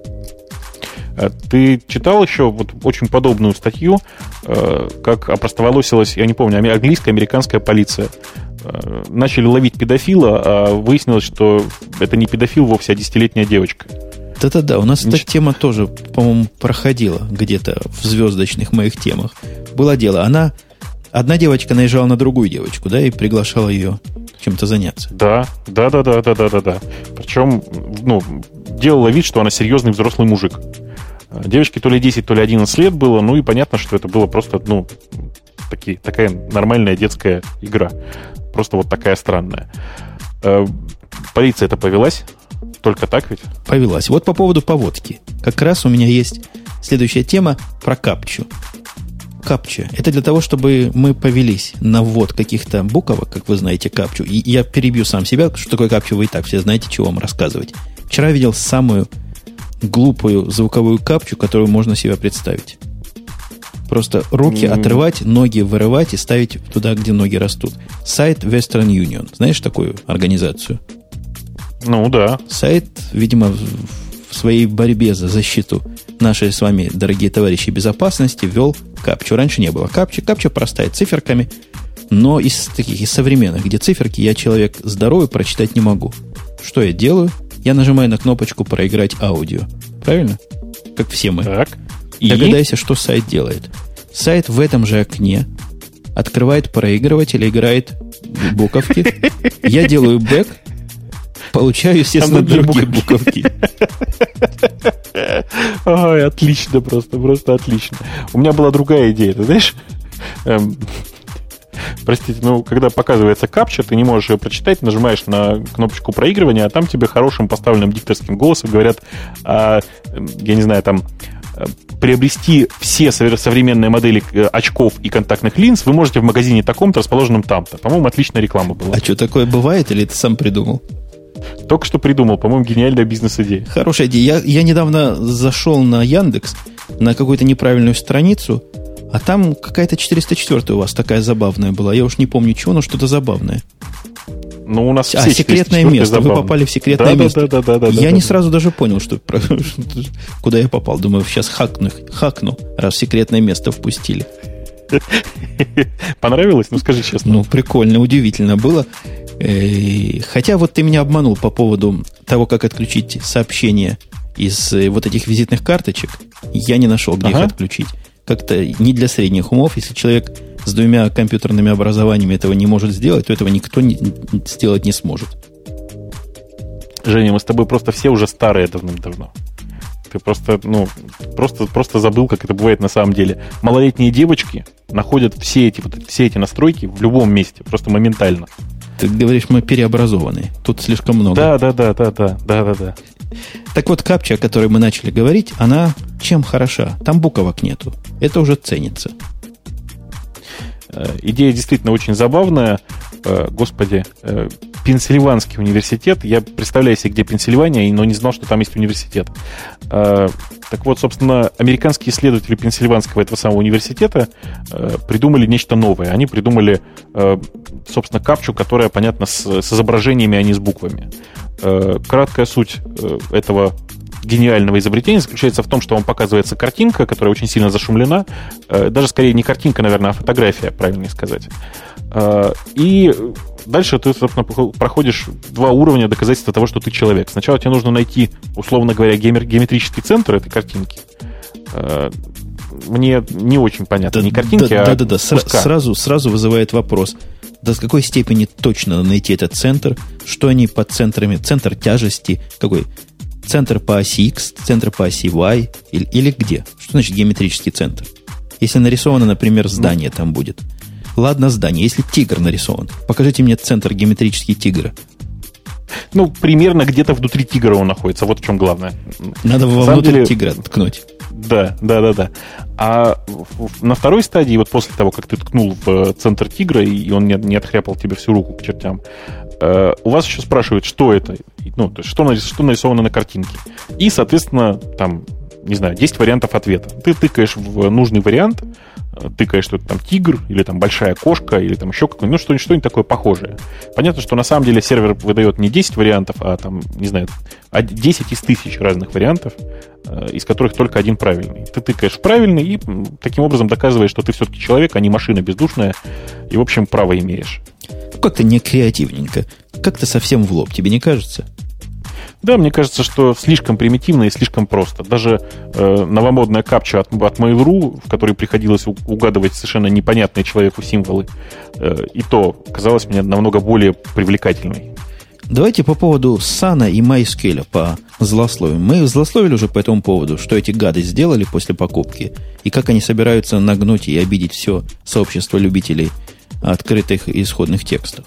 Ты читал еще очень подобную статью, как опростоволосилась, я не помню, английская, американская полиция. Начали ловить педофила, а выяснилось, что это не педофил вовсе, а 10-летняя девочка. Да-да-да, у нас эта тема тоже, по-моему, проходила где-то в звездочных моих темах. Было дело, одна девочка наезжала на другую девочку, да, и приглашала ее чем-то заняться. Да. Причем, делала вид, что она серьезный взрослый мужик. Девочке то ли 10, то ли 11 лет было, и понятно, что это было просто, такая нормальная детская игра. Просто вот такая странная. Полиция это повелась? Только так ведь? Повелась. Вот по поводу поводки. Как раз у меня есть следующая тема про капчу. Капча. Это для того, чтобы мы повелись на ввод каких-то буквок, как вы знаете, капчу. И я перебью сам себя, что такое капчу, вы и так все знаете, чего вам рассказывать. Вчера видел самую глупую звуковую капчу, которую можно себе представить. Просто руки отрывать, ноги вырывать и ставить туда, где ноги растут. Сайт Western Union. Знаешь такую организацию? Да. Сайт, видимо, в своей борьбе за защиту нашей с вами, дорогие товарищи, безопасности ввел капчу. Раньше не было капчи. Капча простая, циферками. Но из современных, где циферки, я человек здоровый, прочитать не могу. Что я делаю? Я нажимаю на кнопочку «Проиграть аудио». Правильно? Как все мы. Так. Догадайся, что сайт делает. Сайт в этом же окне открывает проигрыватель, играет буковки. Я делаю бэк, получаю, естественно, другие буковки. Ой, отлично, просто отлично. У меня была другая идея, ты знаешь? Простите, когда показывается капча, ты не можешь ее прочитать, нажимаешь на кнопочку проигрывания, а там тебе хорошим поставленным дикторским голосом говорят, я не знаю, там, приобрести все современные модели очков и контактных линз вы можете в магазине таком-то, расположенном там-то. По-моему, отличная реклама была. А что, такое бывает или ты сам придумал? Только что придумал. По-моему, гениальная бизнес-идея. Хорошая идея. Я недавно зашел на Яндекс, на какую-то неправильную страницу, а там какая-то 404 у вас такая забавная была. Я уж не помню чего, но что-то забавное. Ну, у нас все секретное место. забавные. Вы попали в секретное место. Да. Я не сразу даже понял, куда я попал. Думаю, сейчас хакну, раз секретное место впустили. Понравилось? Ну, скажи честно. Ну, прикольно, удивительно было. Хотя вот ты меня обманул по поводу того, как отключить сообщения из вот этих визитных карточек. Я не нашел, где их отключить. Как-то не для средних умов. Если человек с 2 компьютерными образованиями этого не может сделать, то этого никто сделать не сможет. Женя, мы с тобой просто все уже старые давным-давно. Ты просто забыл, как это бывает на самом деле. Малолетние девочки находят все эти настройки в любом месте, просто моментально. Ты говоришь, мы переобразованные. Тут слишком много. Да. Так вот, капча, о которой мы начали говорить, она чем хороша? Там буквок нету. Это уже ценится. Идея действительно очень забавная. Господи, Пенсильванский университет. Я представляю себе, где Пенсильвания, но не знал, что там есть университет. Так вот, собственно, американские исследователи Пенсильванского этого самого университета придумали нечто новое. Они придумали, собственно, капчу, которая, понятно, с изображениями, а не с буквами. Краткая суть этого гениального изобретения заключается в том, что вам показывается картинка, которая очень сильно зашумлена. Даже скорее не картинка, наверное, а фотография, правильнее сказать. И дальше ты, собственно, проходишь 2 уровня доказательства того, что ты человек. Сначала тебе нужно найти, условно говоря, геометрический центр этой картинки. Мне не очень понятно. Не картинки, а куска. Сразу вызывает вопрос. До какой степени точно надо найти этот центр? Что они под центрами? Центр тяжести? Какой? Центр по оси X, центр по оси Y? Или где? Что значит геометрический центр? Если нарисовано, например, здание там будет. Ладно, здание. Если тигр нарисован, покажите мне центр геометрический тигра. Примерно где-то внутри тигра он находится. Вот в чем главное. Надо вовнутрь тигра ткнуть. Да. А на второй стадии, вот после того, как ты ткнул в центр тигра, и он не отхряпал тебе всю руку к чертям, у вас еще спрашивают, что это, то есть что нарисовано на картинке. И, соответственно, там, не знаю, 10 вариантов ответа. Ты тыкаешь в нужный вариант, тыкаешь, что это там тигр, или там большая кошка, или там еще какое-нибудь, что-нибудь такое похожее. Понятно, что на самом деле сервер выдает не 10 вариантов, а там, не знаю, 10 из 1000 разных вариантов, из которых только один правильный. Ты тыкаешь в правильный и таким образом доказываешь, что ты все-таки человек, а не машина бездушная, и, в общем, право имеешь. Как-то не креативненько. Как-то совсем в лоб, тебе не кажется? Да, мне кажется, что слишком примитивно и слишком просто. Даже новомодная капча от Mail.ru, в которой приходилось угадывать совершенно непонятные человеку символы, и то казалось мне намного более привлекательной. Давайте по поводу Сана и MySQL позлословим. Мы злословили уже по этому поводу, что эти гады сделали после покупки, и как они собираются нагнуть и обидеть все сообщество любителей открытых исходных текстов.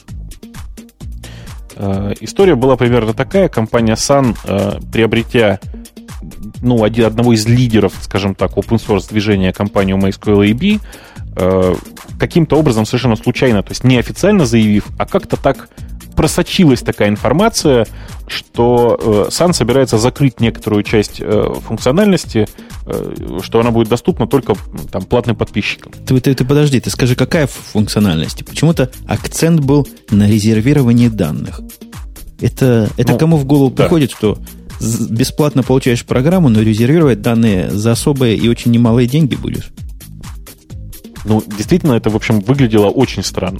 История была примерно такая. Компания Sun, приобретя одного из лидеров, скажем так, open-source движения, компанию MySQL AB, каким-то образом совершенно случайно, то есть неофициально заявив, а как-то так просочилась такая информация, что Sun собирается закрыть некоторую часть функциональности, что она будет доступна только там, платным подписчикам. Ты подожди, ты скажи, какая функциональность? Почему-то акцент был на резервировании данных. Это кому в голову приходит, что бесплатно получаешь программу, но резервировать данные за особые и очень немалые деньги будешь. Ну, действительно, это, в общем, выглядело очень странно.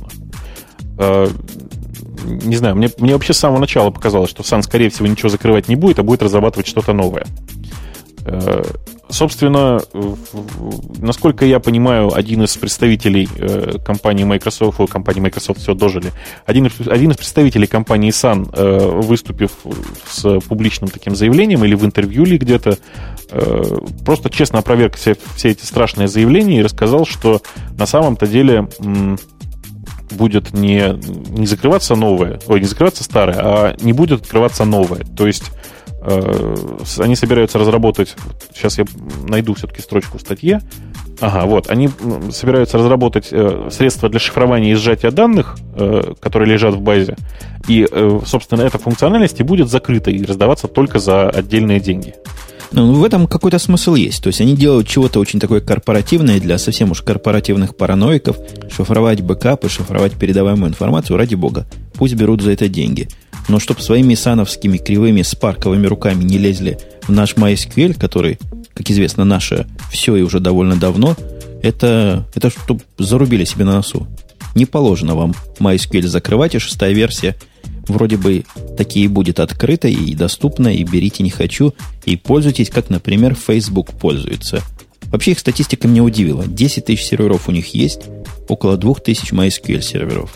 Не знаю, мне вообще с самого начала показалось, что Sun, скорее всего, ничего закрывать не будет, а будет разрабатывать что-то новое. Собственно, насколько я понимаю, один из представителей компании Microsoft все дожили, один из представителей компании Sun, выступив с публичным таким заявлением или в интервью ли где-то, просто честно опроверг все эти страшные заявления и рассказал, что на самом-то деле будет не закрываться новое, не закрываться старое, а не будет открываться новое. То есть они собираются разработать, сейчас я найду все-таки строчку в статье. Ага, вот, они собираются разработать средства для шифрования и сжатия данных, которые лежат в базе, и, собственно, эта функциональность и будет закрыта и раздаваться только за отдельные деньги. Ну, в этом какой-то смысл есть. То есть они делают чего-то очень такое корпоративное для совсем уж корпоративных параноиков, шифровать бэкапы, шифровать передаваемую информацию, ради бога. Пусть берут за это деньги. Но чтобы своими сановскими кривыми спарковыми руками не лезли в наш MySQL, который, как известно, наше все и уже довольно давно, это чтобы зарубили себе на носу. Не положено вам MySQL закрывать, и 6-я версия вроде бы таки и будет открыта и доступна, и берите не хочу, и пользуйтесь, как, например, Facebook пользуется. Вообще их статистика меня удивила. 10 тысяч серверов у них есть, около 2000 MySQL серверов.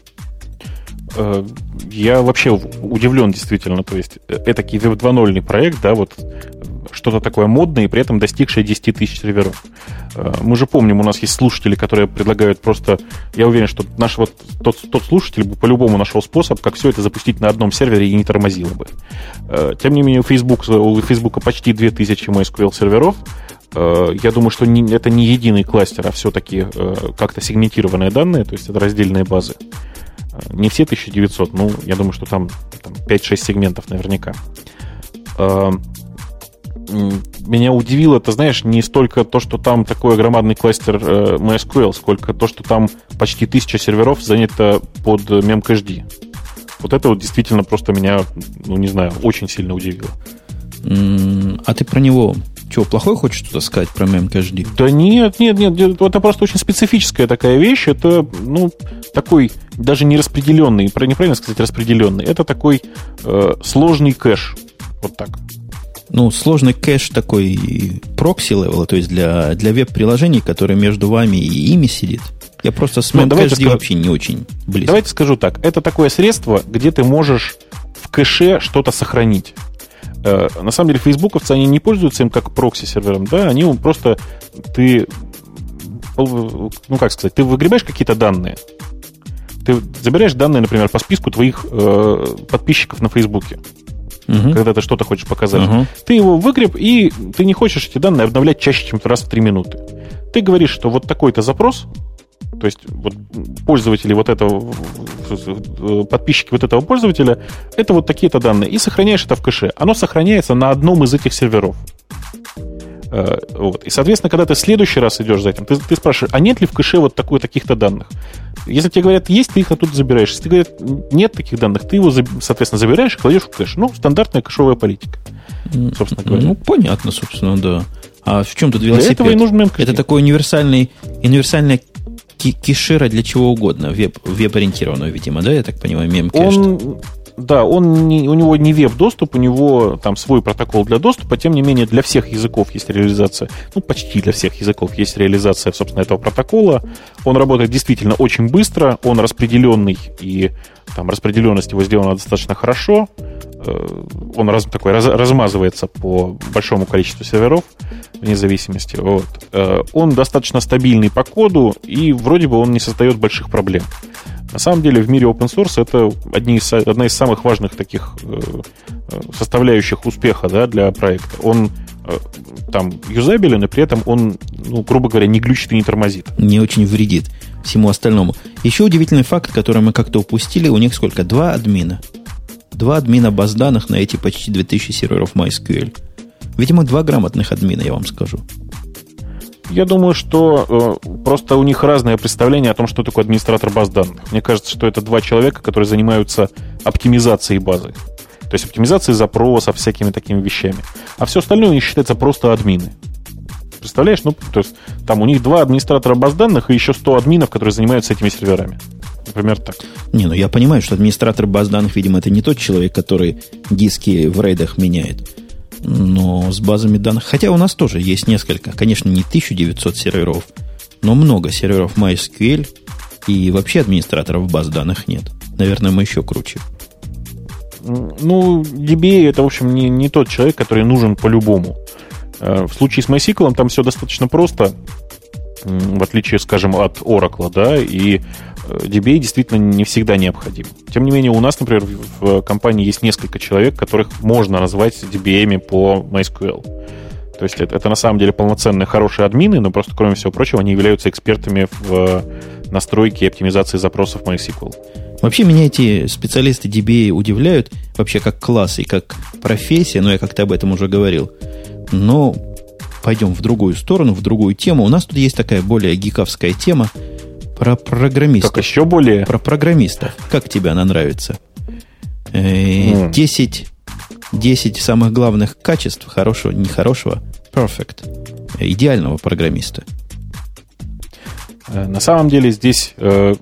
Я вообще удивлен, действительно. То есть, этакий Web 2.0 проект, да, вот что-то такое модное и при этом достигшее 10 тысяч серверов. Мы же помним, у нас есть слушатели, которые предлагают просто... Я уверен, что наш вот тот слушатель бы по-любому нашел способ, как все это запустить на одном сервере и не тормозило бы. Тем не менее, у Facebook почти 2000 MySQL серверов. Я думаю, что это не единый кластер, а все-таки как-то сегментированные данные, то есть это раздельные базы. Не все 1900, ну, я думаю, что там 5-6 сегментов наверняка. Меня удивило, ты знаешь, не столько то, что там такой громадный кластер MySQL, сколько то, что там почти 1000 серверов занято под memcached. Вот это вот действительно просто меня, ну, не знаю, очень сильно удивило. А ты про него чего, плохое хочешь что-то сказать про memcached? Да нет, это просто очень специфическая такая вещь. Это, ну, такой даже не распределенный, неправильно сказать распределенный, это такой сложный кэш. Вот так. Ну, сложный кэш такой прокси-левел, то есть для веб-приложений, которые между вами и ими сидит. Я просто с memcached вообще не очень близко. Давайте скажу так. Это такое средство, где ты можешь в кэше что-то сохранить. На самом деле, фейсбуковцы, они не пользуются им как прокси-сервером, да, они просто, ты выгребаешь какие-то данные, ты забираешь данные, например, по списку твоих подписчиков на Фейсбуке, когда ты что-то хочешь показать. Ты его выгреб, и ты не хочешь эти данные обновлять чаще, чем раз в 3 минуты. Ты говоришь, что вот такой-то запрос, то есть вот пользователи вот этого, подписчики вот этого пользователя, это вот такие-то данные. И сохраняешь это в кэше. Оно сохраняется на одном из этих серверов. Вот. И, соответственно, когда ты в следующий раз идешь за этим, ты спрашиваешь, а нет ли в кэше вот таких-то данных? Если тебе говорят, есть, ты их оттуда забираешь. Если тебе говорят, нет таких данных, ты его, соответственно, забираешь и кладешь в кэш. Ну, стандартная кэшовая политика, собственно говоря. Ну, понятно, собственно, да. А в чем тут велосипед? Для этого и нужен memcached. Это такой универсальная кешира для чего угодно, веб-ориентированного, видимо, да, я так понимаю, memcached. У него не веб-доступ, у него там свой протокол для доступа, тем не менее для всех языков есть реализация, ну, почти для всех языков есть реализация, собственно, этого протокола. Он работает действительно очень быстро, он распределенный, и там распределенность его сделана достаточно хорошо. Он размазывается по большому количеству серверов, вне зависимости. Вот. Он достаточно стабильный по коду, и вроде бы он не создает больших проблем. На самом деле в мире open source это одна из самых важных таких составляющих успеха, да, для проекта. Он там юзабелен, и при этом он, ну, грубо говоря, не глючит и не тормозит. Не очень вредит всему остальному. Еще удивительный факт, который мы как-то упустили, у них сколько? 2 админа. 2 админа баз данных на эти почти 2000 серверов MySQL. Видимо, 2 грамотных админа, я вам скажу. Я думаю, что просто у них разное представление о том, что такое администратор баз данных. Мне кажется, что это 2 человека, которые занимаются оптимизацией базы. То есть оптимизации запросов, всякими такими вещами. А все остальное у них считается просто админы. Представляешь? Ну, то есть там у них 2 администратора баз данных и еще 100 админов, которые занимаются этими серверами. Например, так. Не, ну я понимаю, что администратор баз данных, видимо, это не тот человек, который диски в рейдах меняет. Но с базами данных... Хотя у нас тоже есть несколько. Конечно, не 1900 серверов, но много серверов MySQL. И вообще администраторов баз данных нет. Наверное, мы еще круче. Ну, DBA это, в общем, не тот человек, который нужен по-любому. В случае с MySQL там все достаточно просто, в отличие, скажем, от Oracle, да, и DBA действительно не всегда необходим. Тем не менее, у нас, например, в компании есть несколько человек, которых можно назвать DBA-ми по MySQL. То есть это на самом деле полноценные хорошие админы, но просто, кроме всего прочего, они являются экспертами в настройке и оптимизации запросов MySQL. Вообще меня эти специалисты DBA удивляют вообще как класс и как профессия, но я как-то об этом уже говорил. Но пойдем в другую сторону, в другую тему. У нас тут есть такая более гиковская тема про программистов. Как еще более? Про программистов. Как тебе она нравится? 10 самых главных качеств хорошего, нехорошего, perfect, идеального программиста. На самом деле здесь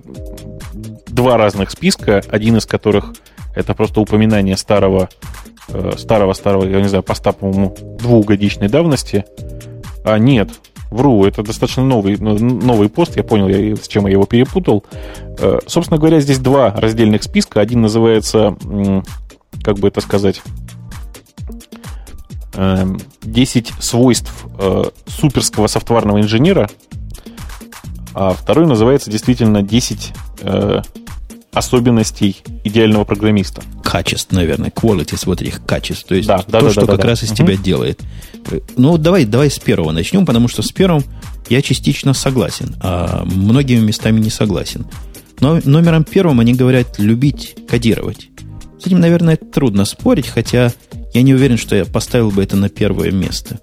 2 разных списка, один из которых это просто упоминание старого, я не знаю, поста, по-моему, 2-годичной давности. А нет, вру, это достаточно новый пост, я понял, с чем я его перепутал. Собственно говоря, здесь 2 раздельных списка. Один называется, как бы это сказать, 10 свойств суперского софтварного инженера, а второй называется действительно 10 особенностей идеального программиста. Качеств, наверное, qualities вот этих качеств. То есть да, что как раз из тебя делает. Ну, давай с первого начнем, потому что с первым я частично согласен, а многими местами не согласен. Но номером первым они говорят любить кодировать. С этим, наверное, трудно спорить, хотя я не уверен, что я поставил бы это на первое место.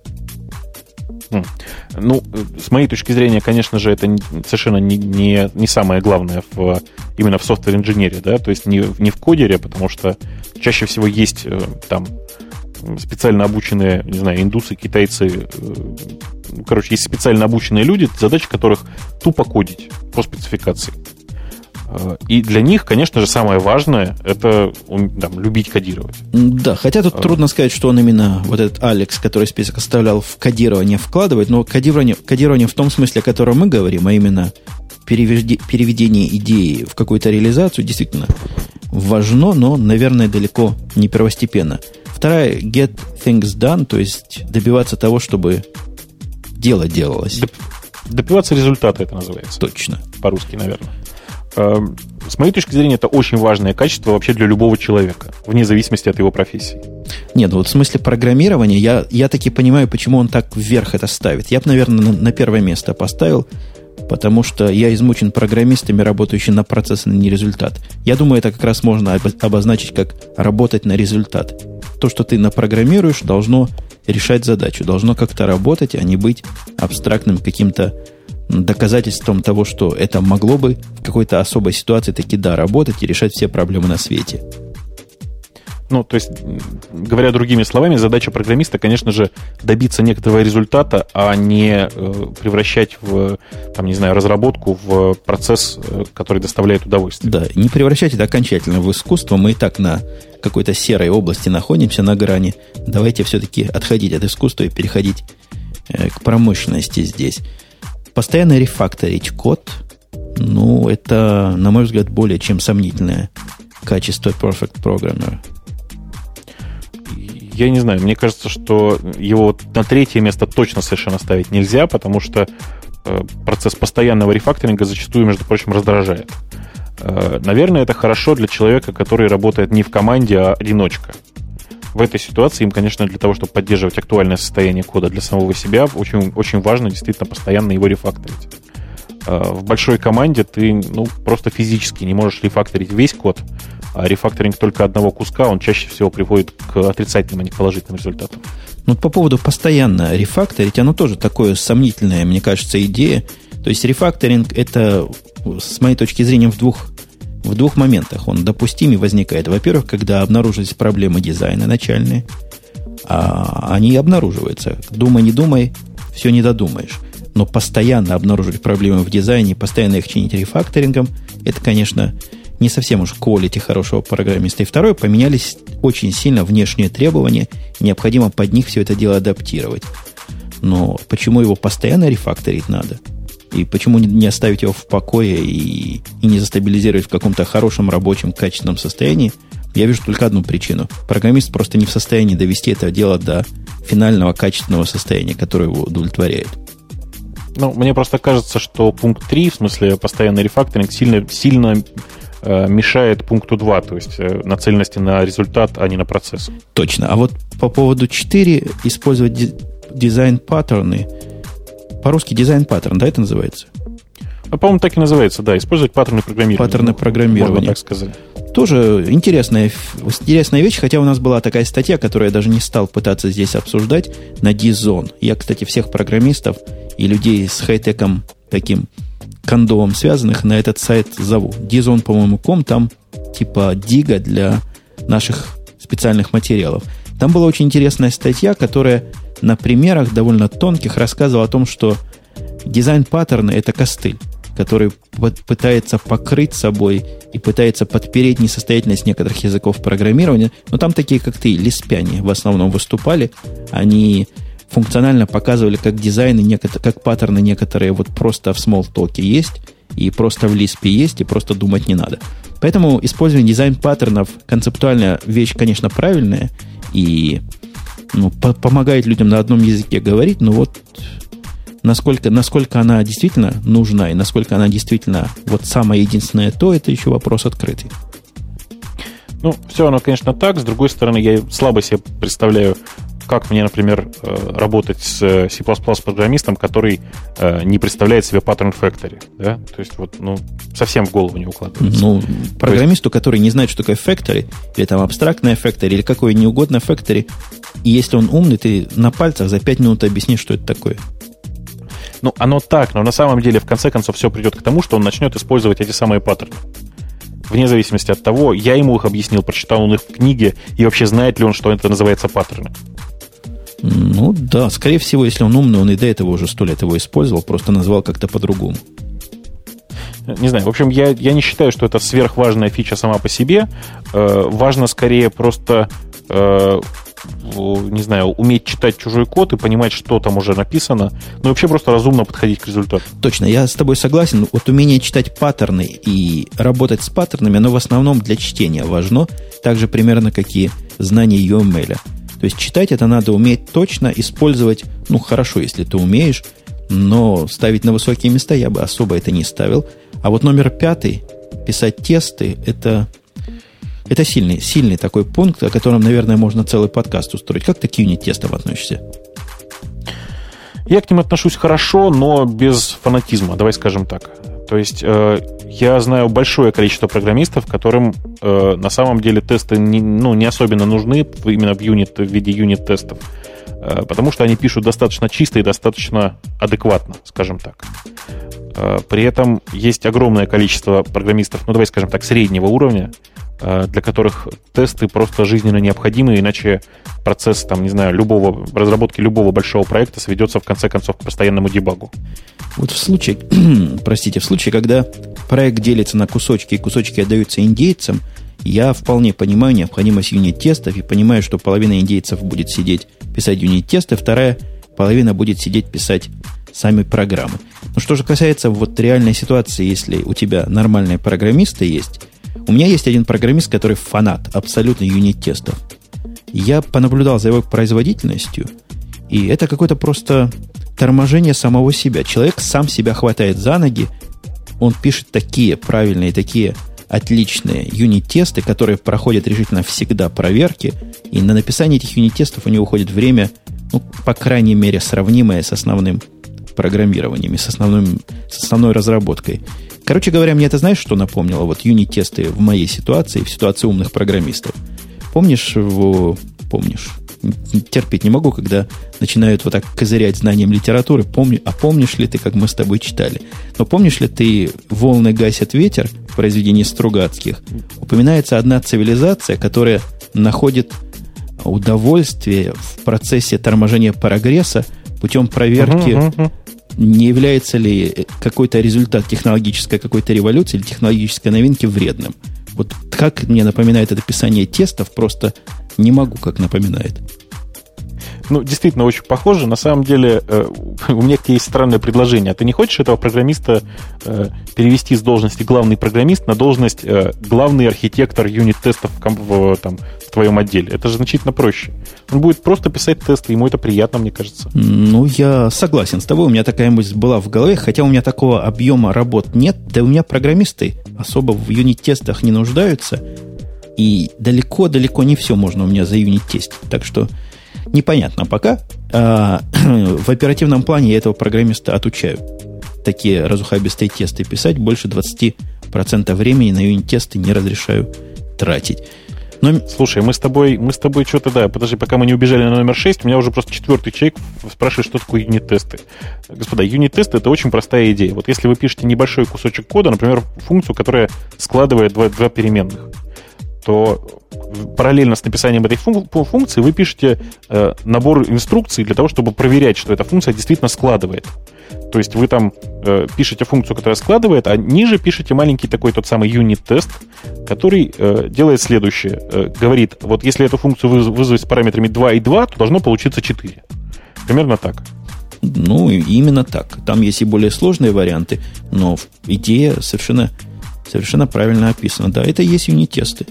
Ну, с моей точки зрения, конечно же, это совершенно не самое главное именно в софтвер-инженере, да, то есть не в кодере, потому что чаще всего есть там специально обученные, не знаю, индусы, китайцы, короче, есть специально обученные люди, задача которых тупо кодить по спецификации. И для них, конечно же, самое важное – это там, любить кодировать. Да, хотя тут трудно сказать, что он именно, вот этот Алекс, который список оставлял, в кодирование вкладывает, но кодирование в том смысле, о котором мы говорим, а именно переведение идеи в какую-то реализацию, действительно важно, но, наверное, далеко не первостепенно. Вторая – get things done, то есть добиваться того, чтобы дело делалось. Добиваться результата это называется. Точно. По-русски, наверное. С моей точки зрения, это очень важное качество вообще для любого человека, вне зависимости от его профессии. Нет, вот в смысле программирования я таки понимаю, почему он так вверх это ставит. Я бы, наверное, на первое место поставил, потому что я измучен программистами, работающими на процесс, а не результат. Я думаю, это как раз можно обозначить как работать на результат. То, что ты напрограммируешь, должно решать задачу, должно как-то работать, а не быть абстрактным каким-то доказательством того, что это могло бы в какой-то особой ситуации таки да работать и решать все проблемы на свете. Ну, то есть, говоря другими словами, задача программиста, конечно же, добиться некоторого результата, а не превращать там, не знаю, разработку в процесс, который доставляет удовольствие. Да, не превращать это окончательно в искусство. Мы и так на какой-то серой области находимся, на грани. Давайте все-таки отходить от искусства и переходить к промышленности здесь. Постоянно рефакторить код, ну, это, на мой взгляд, более чем сомнительное качество Perfect Programmer. Я не знаю, мне кажется, что его на третье место точно совершенно ставить нельзя, потому что процесс постоянного рефакторинга зачастую, между прочим, раздражает. Наверное, это хорошо для человека, который работает не в команде, а одиночка. В этой ситуации им, конечно, для того, чтобы поддерживать актуальное состояние кода для самого себя, очень, очень важно действительно постоянно его рефакторить. В большой команде ты просто физически не можешь рефакторить весь код, а рефакторинг только одного куска, он чаще всего приводит к отрицательным, а не к положительным результатам. Ну, по поводу постоянно рефакторить, оно тоже такое сомнительная, мне кажется, идея. То есть рефакторинг это, с моей точки зрения, в в двух моментах он допустим и возникает. Во-первых, когда обнаружились проблемы дизайна начальные, а они обнаруживаются. Думай, не думай, все не додумаешь. Но постоянно обнаружить проблемы в дизайне, постоянно их чинить рефакторингом, это, конечно, не совсем уж quality хорошего программиста. И второе, поменялись очень сильно внешние требования, необходимо под них все это дело адаптировать. Но почему его постоянно рефакторить надо? И почему не оставить его в покое и не застабилизировать в каком-то хорошем, рабочем, качественном состоянии? Я вижу только одну причину. Программист просто не в состоянии довести это дело до финального качественного состояния, которое его удовлетворяет. Ну, мне просто кажется, что пункт 3, в смысле постоянный рефакторинг, сильно мешает пункту 2, то есть нацеленности на результат, а не на процесс. Точно. А вот по поводу 4 использовать дизайн-паттерны. По-русски дизайн-паттерн, да, это называется? По-моему, так и называется, да. Использовать паттерны программирования. Паттерны программирования. Можно так сказать. Тоже интересная вещь, хотя у нас была такая статья, которую я даже не стал пытаться здесь обсуждать, на D-Zone. Я, кстати, всех программистов и людей с хай-теком таким кондовым связанных на этот сайт зову. D-Zone, по-моему, там типа дига для наших специальных материалов. Там была очень интересная статья, которая на примерах довольно тонких рассказывала о том, что дизайн-паттерны – это костыль, который пытается покрыть собой и пытается подпереть несостоятельность некоторых языков программирования. Но там такие, как ты, лиспяне в основном выступали. Они функционально показывали, как дизайны, как паттерны некоторые вот просто в смолтоке есть, и просто в Lisp есть, и просто думать не надо. Поэтому использование дизайн-паттернов концептуально вещь, конечно, правильная, и помогает людям на одном языке говорить, но вот насколько она действительно нужна и насколько она действительно вот самое единственное то, это еще вопрос открытый. Ну, все оно, конечно, так. С другой стороны, я слабо себе представляю, как мне, например, работать с C++ программистом, который не представляет себе паттерн factory. Да? То есть, вот, совсем в голову не укладывается. Программисту, который не знает, что такое factory, или там абстрактное factory, или какое неугодно factory, и если он умный, ты на пальцах за 5 минут объяснишь, что это такое. Оно так, но на самом деле, в конце концов, все придет к тому, что он начнет использовать эти самые паттерны. Вне зависимости от того, я ему их объяснил, прочитал он их в книге, и вообще знает ли он, что это называется паттерны. Да, скорее всего, если он умный, он и до этого уже 100 лет его использовал, просто назвал как-то по-другому. Не знаю, в общем, я не считаю, что это сверхважная фича сама по себе. Важно скорее просто, не знаю, уметь читать чужой код и понимать, что там уже написано, но вообще просто разумно подходить к результату. Точно, я с тобой согласен. Вот умение читать паттерны и работать с паттернами, оно в основном для чтения важно, так же примерно, как и знание UML. То есть читать это надо уметь точно, использовать, хорошо, если ты умеешь, но ставить на высокие места я бы особо это не ставил. А вот номер 5, писать тесты, это сильный такой пункт, о котором, наверное, можно целый подкаст устроить. Как ты к юнит-тестам относишься? Я к ним отношусь хорошо, но без фанатизма, давай скажем так. То есть я знаю большое количество программистов, которым на самом деле тесты не особенно нужны именно в виде юнит-тестов, потому что они пишут достаточно чисто и достаточно адекватно, скажем так. При этом есть огромное количество программистов, давай скажем так, среднего уровня, для которых тесты просто жизненно необходимы, иначе процесс, разработки любого большого проекта сведется, в конце концов, к постоянному дебагу. Вот в случае, когда проект делится на кусочки, и кусочки отдаются индейцам, я вполне понимаю необходимость юнит-тестов и понимаю, что половина индейцев будет сидеть писать юнит-тесты, вторая половина будет сидеть писать сами программы. Но что же касается вот реальной ситуации, если у тебя нормальные программисты есть, у меня есть один программист, который фанат абсолютно юнит-тестов. Я понаблюдал за его производительностью, и это какое-то просто торможение самого себя. Человек сам себя хватает за ноги, он пишет такие правильные, такие отличные юнит-тесты, которые проходят решительно всегда проверки, и на написание этих юнит-тестов у него уходит время, по крайней мере, сравнимое с основным программированием, с основной разработкой. Короче говоря, мне это знаешь, что напомнило? Вот юнит-тесты в моей ситуации, в ситуации умных программистов. Помнишь? Терпеть не могу, когда начинают вот так козырять знанием литературы. Помнишь ли ты, как мы с тобой читали? Но помнишь ли ты «Волны гасят ветер» произведений Стругацких упоминается одна цивилизация, которая находит удовольствие в процессе торможения прогресса путем проверки, не является ли какой-то результат технологической какой-то революции или технологической новинки вредным. Вот как мне напоминает это писание тестов, просто не могу, как напоминает. Ну, действительно, очень похоже. На самом деле, у меня к тебе есть странное предложение. А ты не хочешь этого программиста перевести с должности главный программист на должность главный архитектор юнит-тестов в твоем отделе? Это же значительно проще. Он будет просто писать тесты, ему это приятно, мне кажется. Ну, я согласен с тобой. У меня такая мысль была в голове, хотя у меня такого объема работ нет. Да у меня программисты особо в юнит-тестах не нуждаются. И далеко-далеко не все можно у меня за юнит-тестить. Так что непонятно пока. В оперативном плане я этого программиста отучаю. Такие разухабистые тесты писать. Больше 20% времени на юнит-тесты не разрешаю тратить. Но... Слушай, мы с тобой что-то, да, подожди, пока мы не убежали на номер 6, у меня уже просто 4-й человек спрашивает, что такое юнит-тесты. Господа, юнит-тесты — это очень простая идея. Вот если вы пишете небольшой кусочек кода, например, функцию, которая складывает два переменных, то параллельно с написанием этой функции вы пишете набор инструкций для того, чтобы проверять, что эта функция действительно складывает. То есть вы там пишете функцию, которая складывает, а ниже пишете маленький такой тот самый юнит-тест, который делает следующее. Говорит, вот если эту функцию вызвать с параметрами 2 и 2, то должно получиться 4. Примерно так. Ну, именно так. Там есть и более сложные варианты, но идея совершенно правильно описана. Да, это и есть юнит-тесты.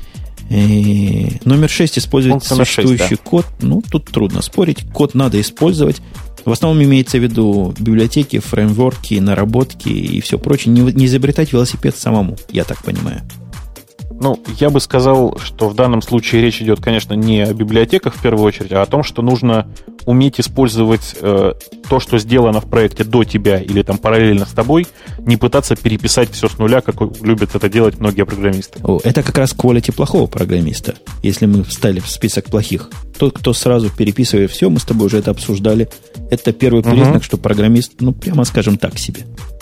Номер 6 использовать существующий код. Ну, тут трудно спорить. Код надо использовать. В основном имеется в виду библиотеки, фреймворки, наработки и все прочее. Не изобретать велосипед самому, я так понимаю. Ну, я бы сказал, что в данном случае речь идет, конечно, не о библиотеках в первую очередь, а о том, что нужно уметь использовать то, что сделано в проекте до тебя или там параллельно с тобой, не пытаться переписать все с нуля, как любят это делать многие программисты. Это как раз quality плохого программиста, если мы встали в список плохих. Тот, кто сразу переписывает все, мы с тобой уже это обсуждали, это первый признак, что программист, ну, прямо скажем, так себе.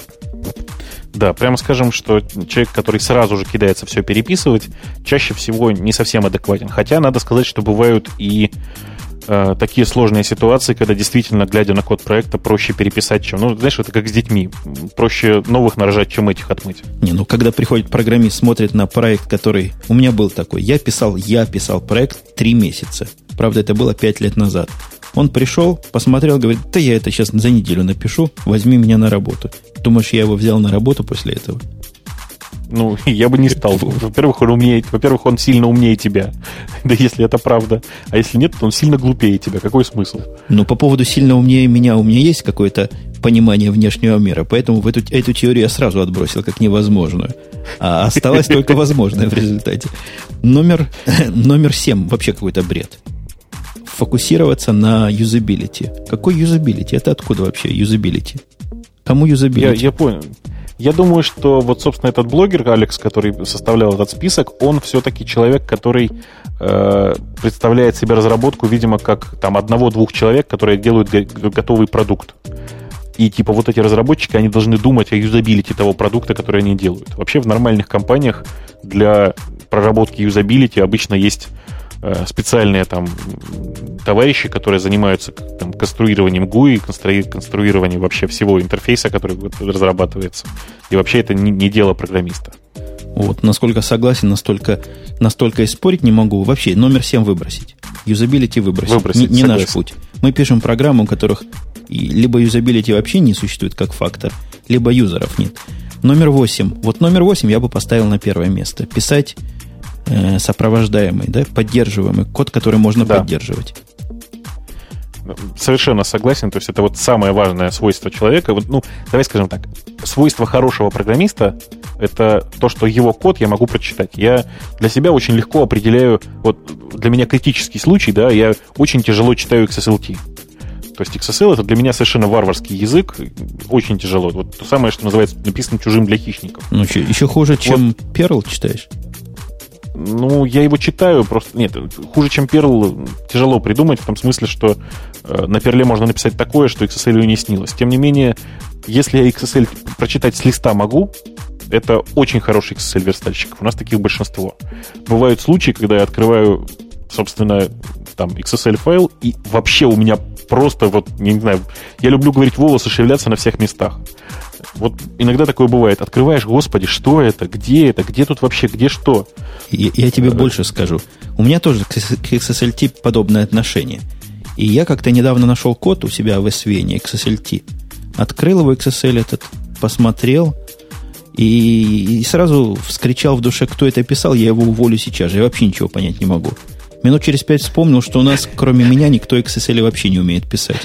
Да, прямо скажем, что человек, который сразу же кидается все переписывать, чаще всего не совсем адекватен. Хотя надо сказать, что бывают и такие сложные ситуации, когда действительно, глядя на код проекта, проще переписать, чем... Ну, знаешь, это как с детьми. Проще новых нарожать, чем этих отмыть. Не, ну, когда приходит программист, смотрит на проект, который... У меня был такой. Я писал проект 3 месяца. Правда, это было 5 лет назад. Он пришел, посмотрел, говорит, да я это сейчас за неделю напишу, возьми меня на работу. Думаешь, я его взял на работу после этого? Ну, я бы не стал. Во-первых, он сильно умнее тебя. Да если это правда. А если нет, то он сильно глупее тебя. Какой смысл? Ну, по поводу сильно умнее меня, у меня есть какое-то понимание внешнего мира. Поэтому эту теорию я сразу отбросил как невозможную. А осталось только возможное в результате. Номер 7 вообще какой-то бред. Фокусироваться на юзабилити. Какой юзабилити? Это откуда вообще юзабилити? Кому юзабилити? Я понял. Я думаю, что вот, собственно, этот блогер, Алекс, который составлял этот список, он все-таки человек, который представляет себе разработку, видимо, как там 1-2 человек, которые делают готовый продукт. И типа вот эти разработчики, они должны думать о юзабилити того продукта, который они делают. Вообще в нормальных компаниях для проработки юзабилити обычно есть специальные там товарищи, которые занимаются там конструированием GUI, конструированием вообще всего интерфейса, который разрабатывается. И вообще это не дело программиста. Вот, насколько согласен, настолько и спорить не могу. Вообще, номер 7 выбросить. Юзабилити выбросить. Не наш путь. Мы пишем программы, у которых либо юзабилити вообще не существует как фактор, либо юзеров нет. Номер 8. Вот номер 8 я бы поставил на первое место. Писать сопровождаемый, да, поддерживаемый код, который можно поддерживать. Совершенно согласен. То есть это вот самое важное свойство человека. Ну, давай скажем так. Свойство хорошего программиста — это то, что его код я могу прочитать. Я для себя очень легко определяю... Вот для меня критический случай, да, я очень тяжело читаю XSLT. То есть XSL — это для меня совершенно варварский язык. Очень тяжело. Вот то самое, что называется, написано чужим для хищников. Ну, еще хуже, чем Perl читаешь? Ну, я его читаю, просто... Нет, хуже, чем Perl, тяжело придумать, в том смысле, что на Perl можно написать такое, что XSL не снилось. Тем не менее, если я XSL прочитать с листа могу, это очень хороший XSL-верстальщик. У нас таких большинство. Бывают случаи, когда я открываю, собственно, там, XSL-файл, и вообще у меня просто, вот, не знаю, я люблю говорить, волосы шевелятся на всех местах. Вот иногда такое бывает. Открываешь, господи, что это, где тут вообще, где что? Я тебе больше скажу. У меня тоже к XSLT подобное отношение. И я как-то недавно нашел код у себя в SVN, XSLT. Открыл его XSL этот, посмотрел, и сразу вскричал в душе, кто это писал, я его уволю сейчас же. Я вообще ничего понять не могу. Минут через 5 вспомнил, что у нас, кроме меня, никто XSL вообще не умеет писать.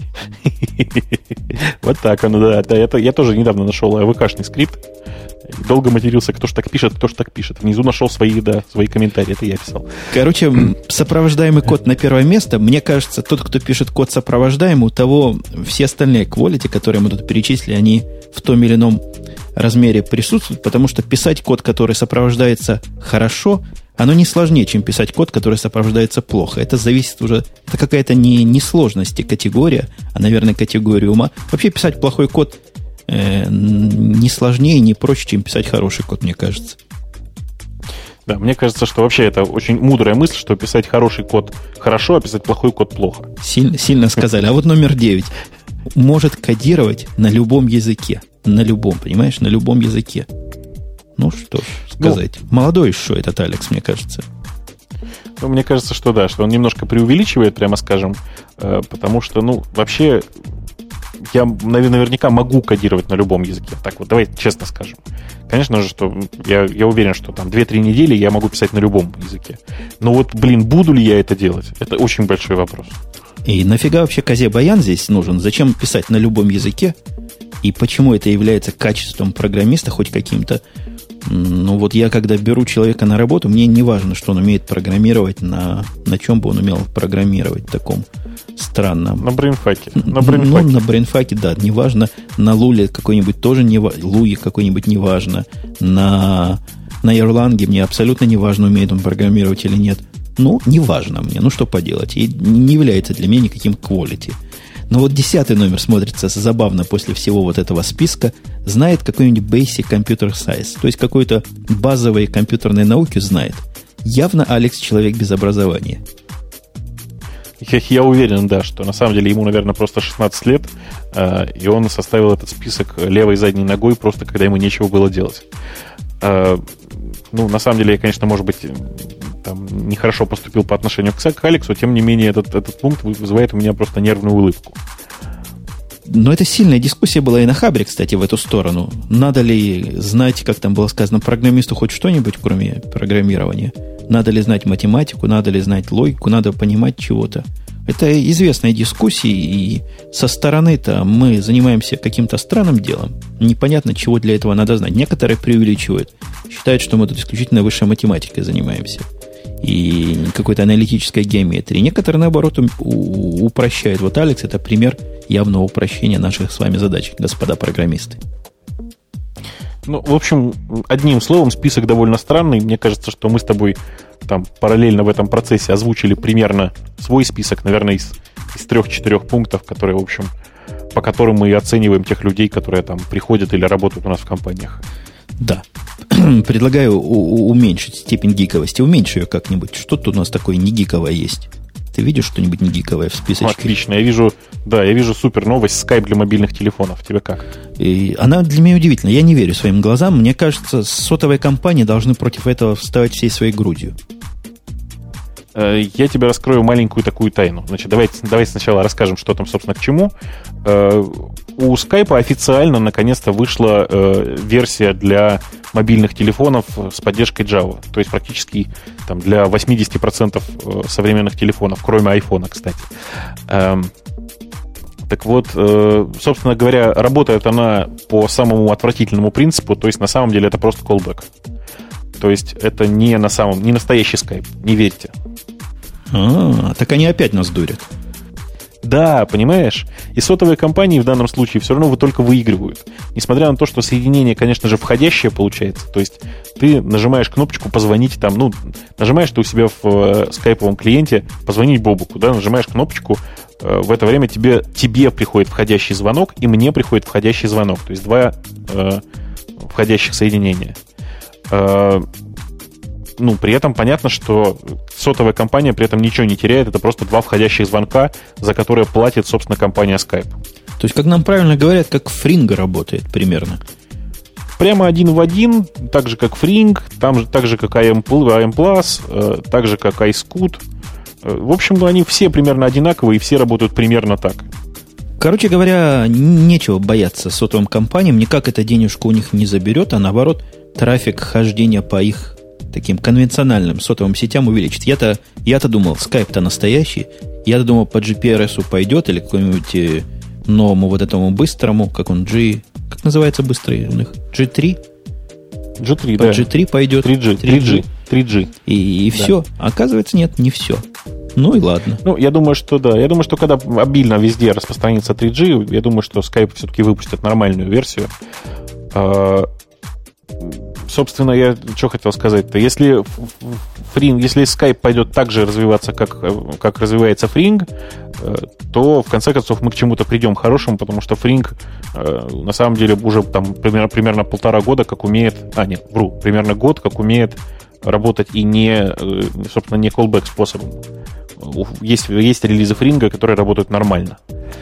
Вот так оно, да. Я тоже недавно нашел АВКшный скрипт. Долго матерился, кто ж так пишет. Внизу нашел свои комментарии. Это я писал. Короче, сопровождаемый код на первое место. Мне кажется, тот, кто пишет код сопровождаемый, у того все остальные quality, которые мы тут перечислили, они в том или ином размере присутствуют, потому что писать код, который сопровождается хорошо, оно не сложнее, чем писать код, который сопровождается плохо. Это зависит уже... Это какая-то не сложности категория, а, наверное, категория ума. Вообще писать плохой код не сложнее, не проще, чем писать хороший код, мне кажется. Да, мне кажется, что вообще это очень мудрая мысль, что писать хороший код хорошо, а писать плохой код плохо. Сильно сказали. А вот номер 9. Может кодировать на любом языке. На любом, понимаешь? На любом языке. Ну, что ж сказать. Молодой еще этот Алекс, мне кажется. Ну, мне кажется, что да, что он немножко преувеличивает, прямо скажем, потому что, вообще, я наверняка могу кодировать на любом языке. Так вот, давай честно скажем. Конечно же, что я уверен, что там 2-3 недели я могу писать на любом языке. Но вот, буду ли я это делать? Это очень большой вопрос. И нафига вообще Козе-Баян здесь нужен? Зачем писать на любом языке? И почему это является качеством программиста хоть каким-то? Ну, вот я, когда беру человека на работу, мне не важно, что он умеет программировать, на чем бы он умел программировать таком странном. На брейнфаке. На брейнфаке, да, неважно. На Луле какой-нибудь тоже не важно. Луи какой-нибудь не важно. На Erlang мне абсолютно не важно, умеет он программировать или нет. Ну, не важно мне. Ну, что поделать. И не является для меня никаким quality. Но вот 10 номер смотрится забавно после всего вот этого списка. Знает какой-нибудь basic computer science. То есть какой-то базовой компьютерной науки знает. Явно Алекс человек без образования. Я уверен, да, что на самом деле ему, наверное, просто 16 лет, и он составил этот список левой задней ногой, просто когда ему нечего было делать. На самом деле, я, конечно, может быть, там, нехорошо поступил по отношению к Алексу, тем не менее, этот пункт вызывает у меня просто нервную улыбку. Но это сильная дискуссия была и на Хабре, кстати, в эту сторону. Надо ли знать, как там было сказано, программисту хоть что-нибудь, кроме программирования? Надо ли знать математику, надо ли знать логику, надо понимать чего-то. Это известная дискуссия, и со стороны-то мы занимаемся каким-то странным делом. Непонятно, чего для этого надо знать. Некоторые преувеличивают, считают, что мы тут исключительно высшей математикой занимаемся. И какой-то аналитической геометрией. Некоторые, наоборот, упрощают. Вот Алекс – это пример явного упрощения наших с вами задач, господа программисты. В общем, одним словом, список довольно странный. Мне кажется, что мы с тобой там параллельно в этом процессе озвучили примерно свой список, наверное, из 3-4 пунктов, которые, в общем, по которым мы оцениваем тех людей, которые там приходят или работают у нас в компаниях. Да. Предлагаю уменьшить степень гиковости. Уменьши ее как-нибудь. Что тут у нас такое не гиковое есть? Ты видишь что-нибудь не гиковое в списочке? Отлично. Я вижу супер новость. Skype для мобильных телефонов. Тебе как? И она для меня удивительна. Я не верю своим глазам. Мне кажется, сотовые компании должны против этого вставать всей своей грудью. Я тебе раскрою маленькую такую тайну. Значит, давай сначала расскажем, что там, собственно, к чему. У Skype официально, наконец-то, вышла версия для мобильных телефонов с поддержкой Java. То есть практически там, для 80% современных телефонов, кроме iPhone, кстати. Так вот, собственно говоря, работает она по самому отвратительному принципу. То есть, на самом деле, это просто callback. То есть, это не настоящий Skype. Не верьте. Так они опять нас дурят. Да, понимаешь? И сотовые компании в данном случае все равно только выигрывают. Несмотря на то, что соединение, конечно же, входящее получается. То есть ты нажимаешь кнопочку «Позвонить» там, нажимаешь ты у себя в скайповом клиенте «Позвонить Бобуку», да, нажимаешь кнопочку, в это время тебе приходит входящий звонок, и мне приходит входящий звонок. То есть два входящих соединения. При этом понятно, что сотовая компания при этом ничего не теряет. Это просто 2 входящих звонка, за которые платит, собственно, компания Skype. То есть, как нам правильно говорят, как Fring работает примерно. Прямо один в один, так же, как Fring, так же, как IM+, так же, как iScoot. В общем, они все примерно одинаковые, и все работают примерно так. Короче говоря, нечего бояться сотовым компаниям. Никак эта денежку у них не заберет, а наоборот, трафик хождения по их таким конвенциональным сотовым сетям увеличит. Я-то думал, Skype-то настоящий. Я-то думал, по GPRS пойдет или какому-нибудь новому вот этому быстрому, как он, как называется быстрый у них? G3? G3, по да. G3 пойдет. 3G. И да. все. Оказывается, нет, не все. Ну и ладно. Я думаю, что да. Я думаю, что когда обильно везде распространится 3G, я думаю, что Skype все-таки выпустит нормальную версию. Собственно, я что хотел сказать-то. Если Skype пойдет так же развиваться, как развивается Fring, то, в конце концов, мы к чему-то придем хорошему, потому что Fring, на самом деле, уже там примерно 1,5 года, как умеет... примерно год, как умеет работать и собственно, не callback способом. Есть релизы Fring, которые работают нормально.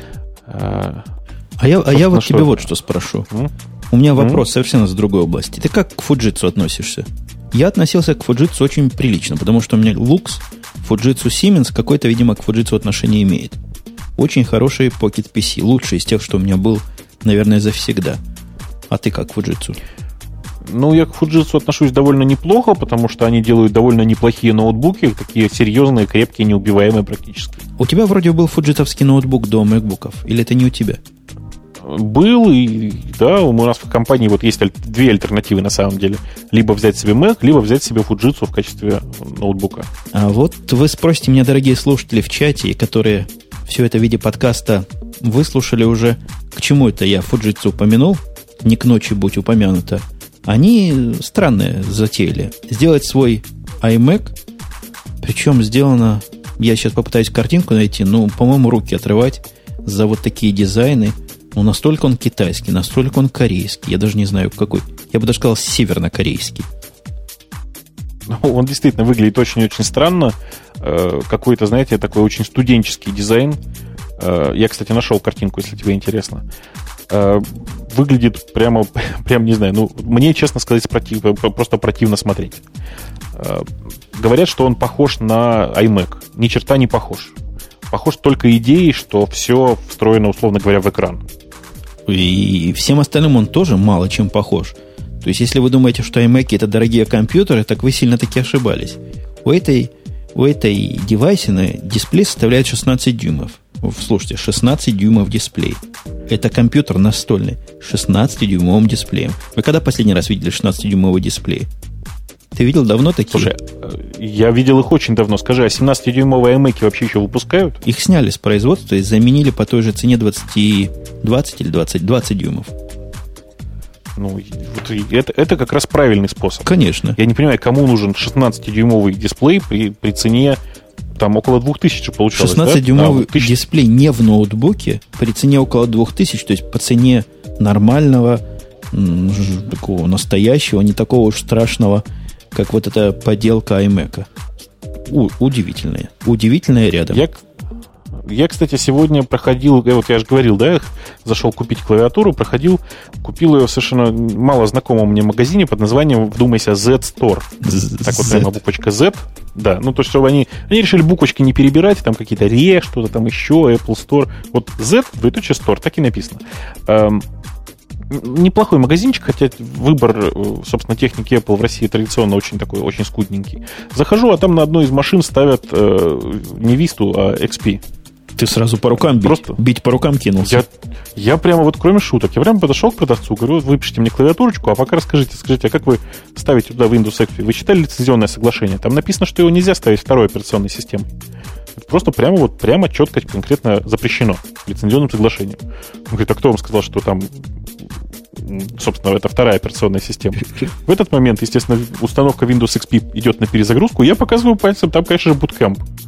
Я вот тебе вот что спрошу. У меня вопрос совершенно с другой области. Ты как к Fujitsu относишься? Я относился к Fujitsu очень прилично, потому что у меня Lux, Fujitsu Siemens какой-то, видимо, к Fujitsu отношение имеет. Очень хороший Pocket PC. Лучший из тех, что у меня был, наверное, завсегда. А ты как к Fujitsu? Я к Fujitsu отношусь довольно неплохо, потому что они делают довольно неплохие ноутбуки, такие серьезные, крепкие, неубиваемые практически. У тебя вроде был фуджитовский ноутбук до MacBook'ов, или это не у тебя? Был, и да, у нас в компании вот есть 2 альтернативы на самом деле. Либо взять себе Mac, либо взять себе Fujitsu в качестве ноутбука. А вот вы спросите меня, дорогие слушатели в чате, которые все это в виде подкаста выслушали уже, к чему это я Fujitsu упомянул, не к ночи будь упомянуто. Они странные затеяли. Сделать свой iMac, причем сделано, я сейчас попытаюсь картинку найти, по-моему, руки отрывать за вот такие дизайны. Настолько он китайский, настолько он корейский. Я даже не знаю, какой. Я бы даже сказал, севернокорейский. Он действительно выглядит очень-очень странно. Какой-то, знаете, такой очень студенческий дизайн. Я, кстати, нашел картинку, если тебе интересно. Выглядит прям не знаю. Мне, честно сказать, просто противно смотреть. Говорят, что он похож на iMac. Ни черта не похож. Похож только идеей, что все встроено, условно говоря, в экран. И всем остальным он тоже мало чем похож. То есть, если вы думаете, что iMac это дорогие компьютеры, так вы сильно-таки ошибались. У этой девайсины дисплей составляет 16 дюймов. Слушайте, 16 дюймов дисплей. Это компьютер настольный. 16-дюймовым дисплеем. Вы когда последний раз видели 16-дюймовый дисплей? Ты видел давно такие? Слушай, я видел их очень давно. Скажи, а 17-дюймовые iMac вообще еще выпускают? Их сняли с производства и заменили по той же цене 20 или 20 дюймов. Это как раз правильный способ. Конечно. Я не понимаю, кому нужен 16-дюймовый дисплей при цене там около 2000 получалось, 16-дюймовый дисплей не в ноутбуке при цене около 2000, то есть по цене нормального, такого настоящего, не такого уж страшного, как вот эта поделка iMac. Удивительная. Удивительная рядом. Я, кстати, сегодня проходил, я же говорил, зашел купить клавиатуру, купил ее в совершенно мало знакомом мне магазине под названием, вдумайся, Z-Store. Так вот прямо буквочка Z. Да, то есть, чтобы они решили буквочки не перебирать, там какие-то RE, что-то там еще, Apple Store. Вот Z, Store, так и написано. Неплохой магазинчик, хотя выбор, собственно, техники Apple в России традиционно очень такой, очень скудненький. Захожу, а там на одной из машин ставят не Vista, а XP. Ты сразу по рукам бить по рукам кинулся. Я прямо кроме шуток, я прямо подошел к продавцу, говорю, выпишите мне клавиатурочку, а пока скажите, а как вы ставите туда Windows XP? Вы читали лицензионное соглашение? Там написано, что его нельзя ставить второй операционной системой. Это просто прямо четко, конкретно запрещено лицензионным соглашением. Он говорит, а кто вам сказал, что там, собственно, это вторая операционная система? В этот момент, естественно, установка Windows XP идет на перезагрузку, я показываю пальцем, там, конечно же, Bootcamp.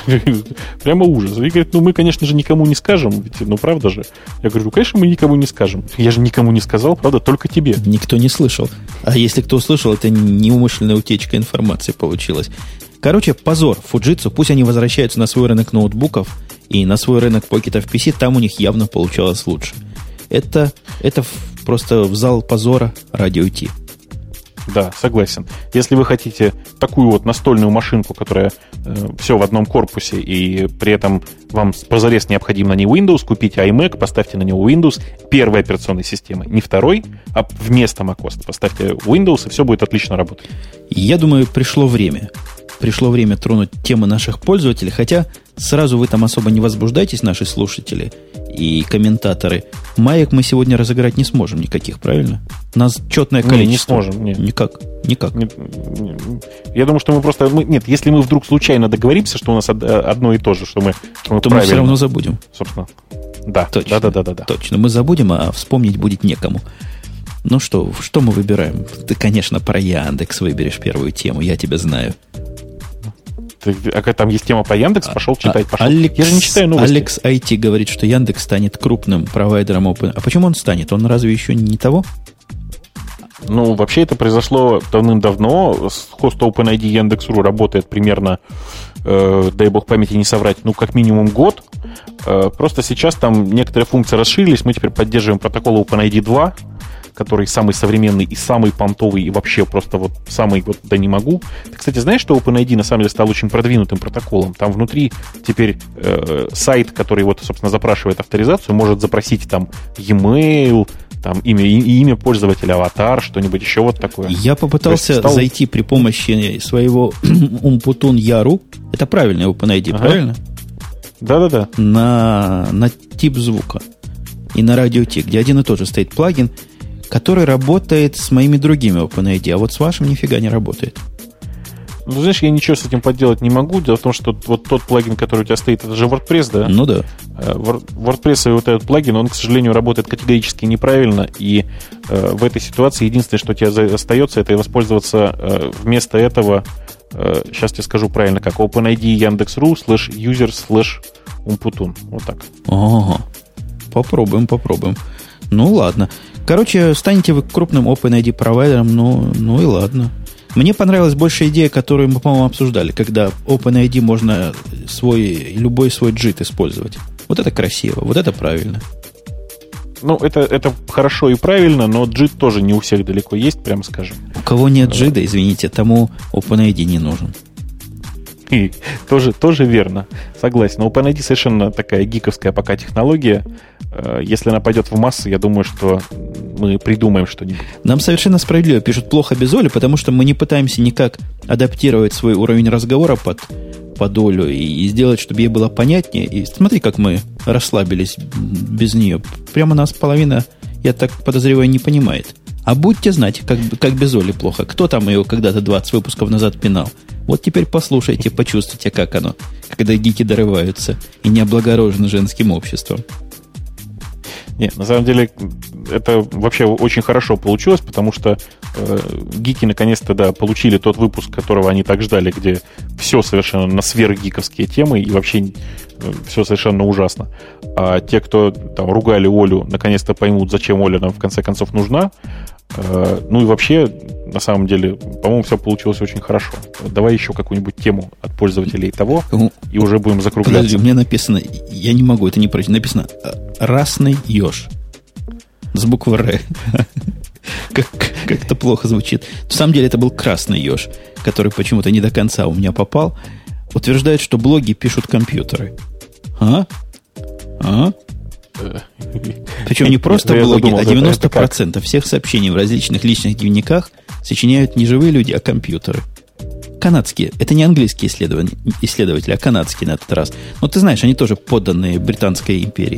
Прямо ужас. И говорит, мы, конечно же, никому не скажем. Ведь, правда же? Я говорю, конечно, мы никому не скажем. Я же никому не сказал, правда, только тебе. Никто не слышал. А если кто услышал, это неумышленная утечка информации получилась. Короче, позор Fujitsu. Пусть они возвращаются на свой рынок ноутбуков и на свой рынок покетов PC. Там у них явно получалось лучше. Это просто в зал позора радио Ти. Да, согласен. Если вы хотите такую вот настольную машинку, которая все в одном корпусе, и при этом вам позарез необходим на ней Windows, купите iMac, поставьте на него Windows первой операционной системы, не второй, а вместо macOS. Поставьте Windows, и все будет отлично работать. Я думаю, пришло время тронуть темы наших пользователей, хотя сразу вы там особо не возбуждайтесь, наши слушатели и комментаторы. Маек мы сегодня разыграть не сможем никаких, правильно? У нас четное количество. Не сможем. Нет. Никак. Я думаю, что мы просто... Нет, если мы вдруг случайно договоримся, что у нас одно и то же, что мы то мы все равно забудем. Собственно. Да. Точно. Да. Точно. Мы забудем, а вспомнить будет некому. Ну что мы выбираем? Ты, конечно, про Яндекс выберешь первую тему, я тебя знаю. А там есть тема по Яндекс, пошел читать. Я же не читаю новости. Алекс IT говорит, что Яндекс станет крупным провайдером Open. А почему он станет? Он разве еще не того? Вообще это произошло давным-давно. Хост OpenID Яндекс.ру работает примерно, дай бог памяти не соврать, как минимум год. Просто сейчас там некоторые функции расширились. Мы теперь поддерживаем протокол OpenID 2, который самый современный и самый понтовый, и вообще просто самый да не могу. Ты, кстати, знаешь, что OpenID на самом деле стал очень продвинутым протоколом? Там внутри теперь сайт, который собственно, запрашивает авторизацию, может запросить там e-mail, там имя пользователя, аватар, что-нибудь еще вот такое. Я попытался зайти при помощи своего Umputun Yaru. Это правильный OpenID, правильно? Да. На тип звука и на радио Ти, где один и тот же стоит плагин, который работает с моими другими OpenID, а вот с вашим нифига не работает. Знаешь, я ничего с этим поделать не могу. Дело в том, что вот тот плагин, который у тебя стоит, это же WordPress, да? Ну да. WordPress и вот этот плагин, он, к сожалению, работает категорически неправильно, и в этой ситуации единственное, что у тебя остается, это воспользоваться вместо этого, сейчас тебе скажу правильно, как OpenID Яндекс.ру /user/Umputun. Вот так. Ага. Попробуем. Ну, ладно. Короче, станете вы крупным OpenID провайдером, ну и ладно. Мне понравилась больше идея, которую мы, по-моему, обсуждали, когда OpenID можно любой свой JIT использовать. Вот это красиво, вот это правильно. Это хорошо и правильно, но JIT тоже не у всех далеко есть, прямо скажем. У кого нет JIT, извините, тому OpenID не нужен. И тоже верно, согласен. Но OpenID совершенно такая гиковская пока технология. Если она пойдет в массы, я думаю, что мы придумаем что-нибудь. Нам совершенно справедливо пишут плохо без Оли, потому что мы не пытаемся никак адаптировать свой уровень разговора под Олю и сделать, чтобы ей было понятнее. И смотри, как мы расслабились без нее. Прямо нас половина, я так подозреваю, не понимает. А будьте знать, как без Оли плохо. Кто там ее когда-то 20 выпусков назад пинал? Вот теперь послушайте, почувствуйте, как оно, когда гики дорываются и не облагорожены женским обществом. Нет, на самом деле это вообще очень хорошо получилось, потому что гики наконец-то получили тот выпуск, которого они так ждали, где все совершенно на сверхгиковские темы и вообще все совершенно ужасно. А те, кто там ругали Олю, наконец-то поймут, зачем Оля нам в конце концов нужна. Ну и вообще, на самом деле, по-моему, все получилось очень хорошо. Давай еще какую-нибудь тему от пользователей того, и уже будем закругляться. Подожди, у меня написано, я не могу это не прочитать, написано «Расный еж». С буквы «Р». Как-то плохо звучит. На самом деле это был красный еж, который почему-то не до конца у меня попал. Утверждает, что блоги пишут компьютеры. Причем не просто блоги, а 90% всех сообщений в различных личных дневниках сочиняют не живые люди, а компьютеры. Канадские. Это не английские исследователи, а канадские на этот раз. Но ты знаешь, они тоже подданные Британской империи.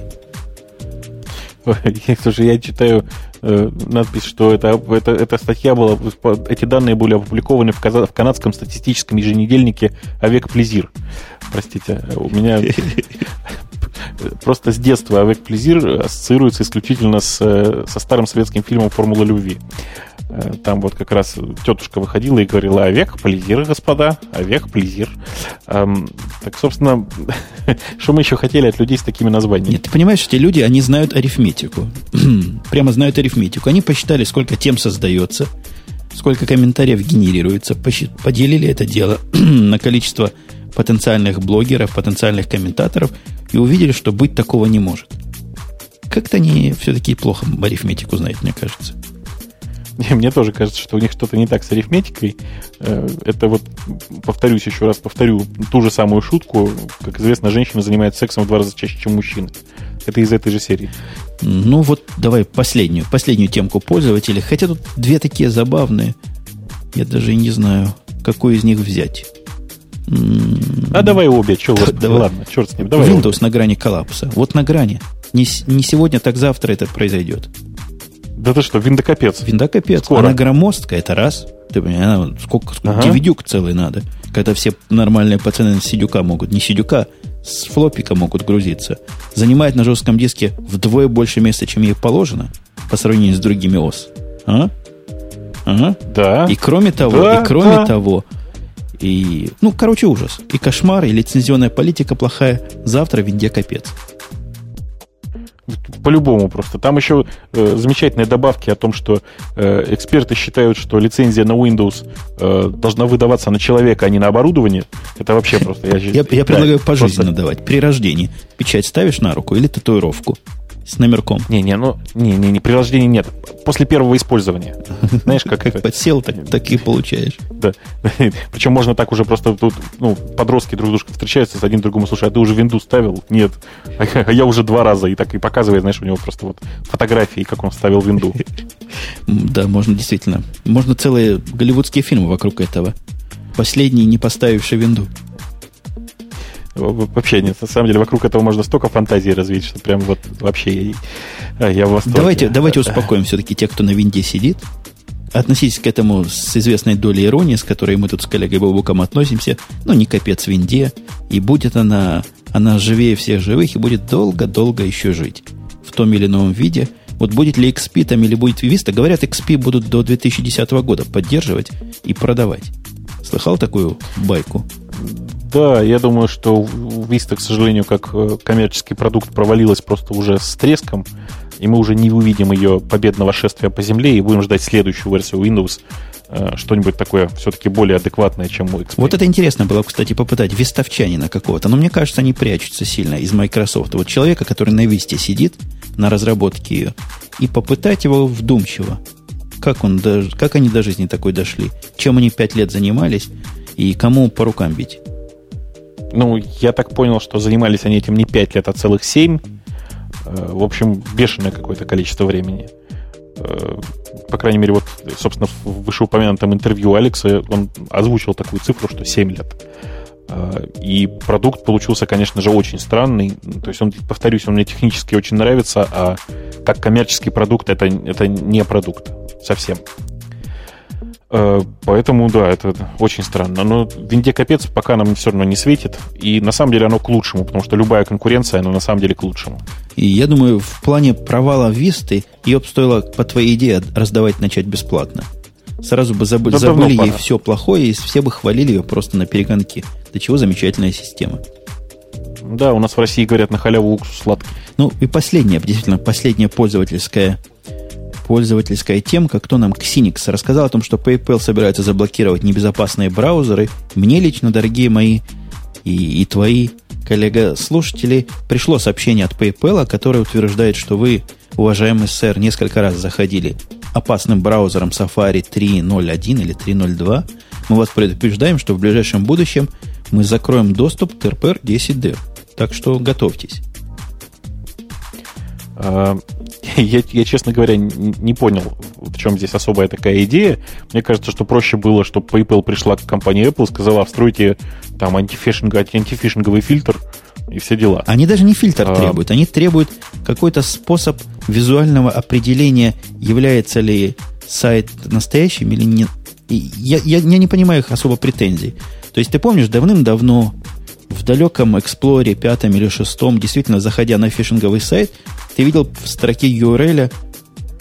Слушай, я читаю надпись, что эта статья была, эти данные были опубликованы в канадском статистическом еженедельнике «Avec Plaisir». Простите, у меня просто с детства «Avec Plaisir» ассоциируется исключительно со старым советским фильмом «Формула любви». Там вот как раз тетушка выходила и говорила: «Авек, плезир, господа, авек, плезир». Так, собственно, что мы еще хотели от людей с такими названиями? Нет, ты понимаешь, эти люди, они знают арифметику. Прямо знают арифметику. Они посчитали, сколько тем создается, сколько комментариев генерируется, поделили это дело на количество потенциальных блогеров, потенциальных комментаторов и увидели, что быть такого не может. Как-то они все-таки плохо арифметику знают, мне кажется. Мне тоже кажется, что у них что-то не так с арифметикой. Это вот, повторюсь еще раз, повторю ту же самую шутку. Как известно, женщины занимаются сексом в 2 раза чаще, чем мужчины. Это из этой же серии. Ну вот, давай последнюю темку пользователей. Хотя тут 2 такие забавные. Я даже и не знаю, какую из них взять. А давай обе. Ладно, черт с ним. Давай Windows обе. На грани коллапса. Вот на грани. Не сегодня, так завтра это произойдет. Да ты что, винда капец. Винда капец. Скоро. Она громоздкая, это раз. Ты понимаешь, она сколько DVD целый надо. Когда все нормальные пацаны с сидюка могут, не сидюка, с флопика могут грузиться. Занимает на жестком диске вдвое больше места, чем ей положено, по сравнению с другими ОС. Ага. Да. И кроме того, и, ну, короче, ужас. И кошмар, и лицензионная политика плохая. Завтра винде капец. По-любому просто. Там еще замечательные добавки о том, что эксперты считают, что лицензия на Windows должна выдаваться на человека, а не на оборудование. Это вообще просто... Я предлагаю пожизненно давать. При рождении печать ставишь на руку или татуировку с номерком. Не, при рождении нет. После первого использования. Знаешь, как подсел, так и получаешь. Да. Причем можно так уже просто тут, подростки друг дружка встречаются, с один другому: слушай, а ты уже винду ставил? Нет. А я уже 2 раза. И так и показывает, знаешь, у него просто вот фотографии, как он ставил винду. Да, можно действительно. Можно целые голливудские фильмы вокруг этого. Последний, не поставивший винду. Вообще нет, на самом деле вокруг этого можно столько фантазии развить, что прям вот вообще я в восторге. Давайте успокоим все-таки тех, кто на винде сидит. Относитесь к этому с известной долей иронии, с которой мы тут с коллегой Бобуком относимся. Не капец винде. И будет она живее всех живых и будет долго-долго еще жить. В том или ином виде. Вот будет ли XP там или будет Vista? Говорят, XP будут до 2010 года поддерживать и продавать. Слыхал такую байку? Да, я думаю, что Vista, к сожалению, как коммерческий продукт провалилась просто уже с треском, и мы уже не увидим ее победного шествия по земле и будем ждать следующую версию Windows, что-нибудь такое все-таки более адекватное, чем у XP. Вот это интересно было, кстати, попытать вистовчанина какого-то, но мне кажется, они прячутся сильно из Microsoft. Вот человека, который на Висте сидит, на разработке ее, и попытать его вдумчиво. Как они до жизни такой дошли? Чем они 5 лет занимались? И кому по рукам бить? Я так понял, что занимались они этим не 5 лет, а целых 7. В общем, бешеное какое-то количество времени. По крайней мере, вот, собственно, в вышеупомянутом интервью Алекса он озвучил такую цифру, что 7 лет. И продукт получился, конечно же, очень странный. То есть, повторюсь, он мне технически очень нравится, а как коммерческий продукт это не продукт совсем. Поэтому, да, это очень странно. Но винде капец пока нам все равно не светит. И на самом деле оно к лучшему, потому что любая конкуренция, она на самом деле к лучшему. И я думаю, в плане провала Висты ее бы стоило, по твоей идее, раздавать начать бесплатно. Сразу бы забыли ей все плохое, и все бы хвалили ее просто на перегонки. До чего замечательная система. Да, у нас в России говорят, на халяву уксус сладкий. И последняя пользовательская темка, кто нам Xenix рассказал о том, что PayPal собирается заблокировать небезопасные браузеры. Мне лично, дорогие мои и твои, коллега-слушатели, пришло сообщение от PayPal, которое утверждает, что вы, уважаемый сэр, несколько раз заходили опасным браузером Safari 3.0.1 или 3.0.2. Мы вас предупреждаем, что в ближайшем будущем мы закроем доступ к RPR 10D. Так что готовьтесь. Я, честно говоря, не понял, в чем здесь особая такая идея. Мне кажется, что проще было, чтобы PayPal пришла к компании Apple и сказала: встройте там антифишинговый фильтр и все дела. Они даже не фильтр требуют, они требуют какой-то способ визуального определения, является ли сайт настоящим или нет. Я не понимаю их особо претензий. То есть ты помнишь, давным-давно в далеком Explorer 5 или 6, действительно, заходя на фишинговый сайт, ты видел в строке URL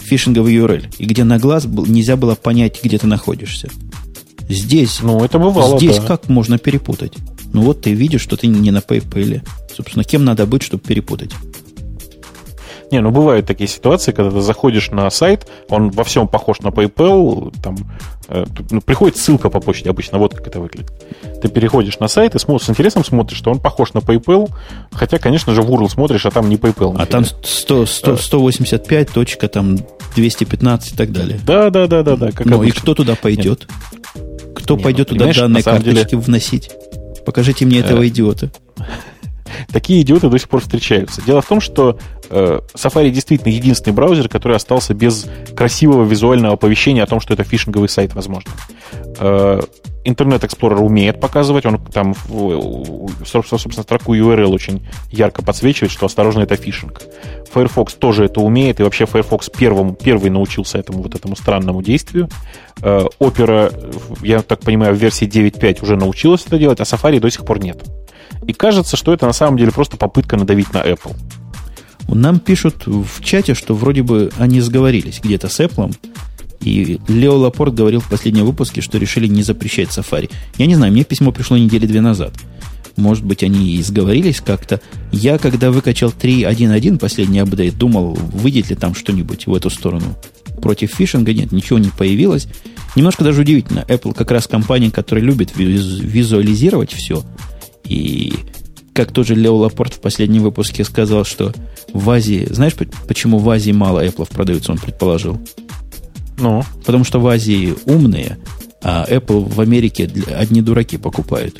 фишинговый URL, и где на глаз нельзя было понять, где ты находишься. Здесь, это бывало, здесь как можно перепутать? Ну вот ты видишь, что ты не на PayPal. Собственно, кем надо быть, чтобы перепутать? Не, бывают такие ситуации, когда ты заходишь на сайт, он во всем похож на PayPal, там приходит ссылка по почте обычно, вот как это выглядит. Ты переходишь на сайт и с интересом смотришь, что он похож на PayPal, хотя, конечно же, в URL смотришь, а там не PayPal. А там 185, точка, там 215 и так далее. Да. Как и кто туда пойдет? Кто пойдет туда данные карточки вносить? Покажите мне этого идиота. Такие идиоты до сих пор встречаются. Дело в том, что Safari действительно единственный браузер, который остался без красивого визуального оповещения о том, что это фишинговый сайт, возможно. Internet Explorer умеет показывать, он там, собственно, строку URL очень ярко подсвечивает, что осторожно, это фишинг. Firefox тоже это умеет, и вообще Firefox первый научился этому странному действию. Opera, я так понимаю, в версии 9.5 уже научилась это делать, а Safari до сих пор нет. И кажется, что это на самом деле просто попытка надавить на Apple. Нам пишут в чате, что вроде бы они сговорились где-то с Apple, и Лео Лапорт говорил в последнем выпуске, что решили не запрещать Safari. Я не знаю, мне письмо пришло недели 2 назад. Может быть, они и сговорились как-то. Я, когда выкачал 3.1.1, последний апдейт, думал, выйдет ли там что-нибудь в эту сторону. Против фишинга нет, ничего не появилось. Немножко даже удивительно. Apple как раз компания, которая любит визуализировать все. И как тот же Лео Лапорт в последнем выпуске сказал, что в Азии... Знаешь, почему в Азии мало Apple продаются, он предположил? Потому что в Азии умные, а Apple в Америке одни дураки покупают.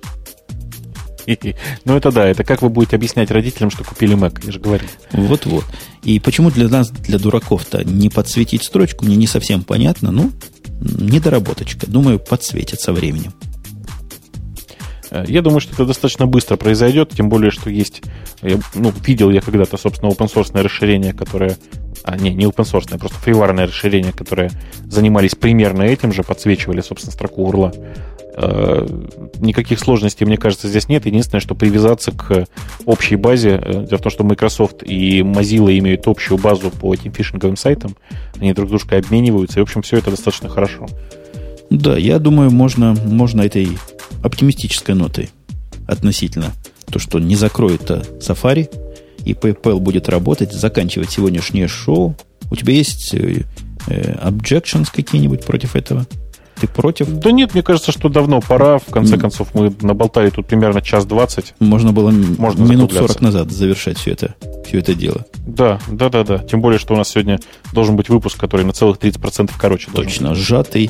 Это да, это как вы будете объяснять родителям, что купили Mac, я же говорил. Вот-вот. И почему для нас, для дураков-то, не подсветить строчку, мне не совсем понятно. Недоработочка. Думаю, подсветят со временем. Я думаю, что это достаточно быстро произойдет, тем более, что есть... видел я когда-то, собственно, open-source расширение, которое... не open-source, просто фриварное расширение, которое занимались примерно этим же, подсвечивали, собственно, строку URL. Никаких сложностей, мне кажется, здесь нет. Единственное, что привязаться к общей базе. Дело в том, что Microsoft и Mozilla имеют общую базу по этим фишинговым сайтам. Они друг с дружкой обмениваются, и, в общем, все это достаточно хорошо. Да, я думаю, можно этой оптимистической нотой относительно то, что не закроет Safari, и PayPal будет работать, заканчивать сегодняшнее шоу. У тебя есть objections какие-нибудь против этого? Ты против? Да нет, мне кажется, что давно пора. В конце концов, мы наболтали тут примерно 1:20. Можно было минут 40 назад завершать все это дело. Да. Тем более, что у нас сегодня должен быть выпуск, который на целых 30% короче. Точно, сжатый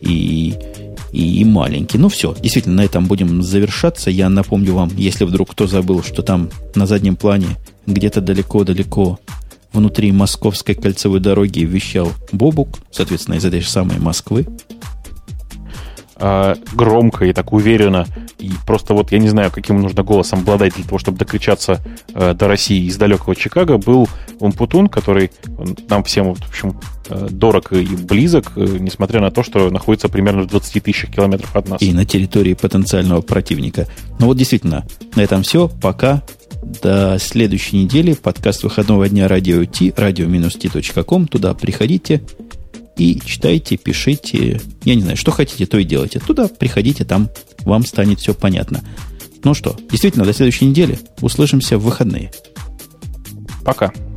и маленький. Все, действительно, на этом будем завершаться. Я напомню вам, если вдруг кто забыл, что там на заднем плане где-то далеко-далеко внутри Московской кольцевой дороги вещал Бобук, соответственно, из этой же самой Москвы. Громко и так уверенно. И просто я не знаю, каким нужно голосом обладать для того, чтобы докричаться до России из далекого Чикаго, был Умпутун, который нам всем, в общем, дорог и близок, несмотря на то, что находится примерно в 20 тысячах километров от нас. И на территории потенциального противника. Действительно, на этом все. Пока. До следующей недели. Подкаст выходного дня Радио Ти, radio-t.com. Туда приходите и читайте, пишите. Я не знаю, что хотите, то и делайте. Туда приходите, там вам станет все понятно. Действительно, до следующей недели. Услышимся в выходные. Пока.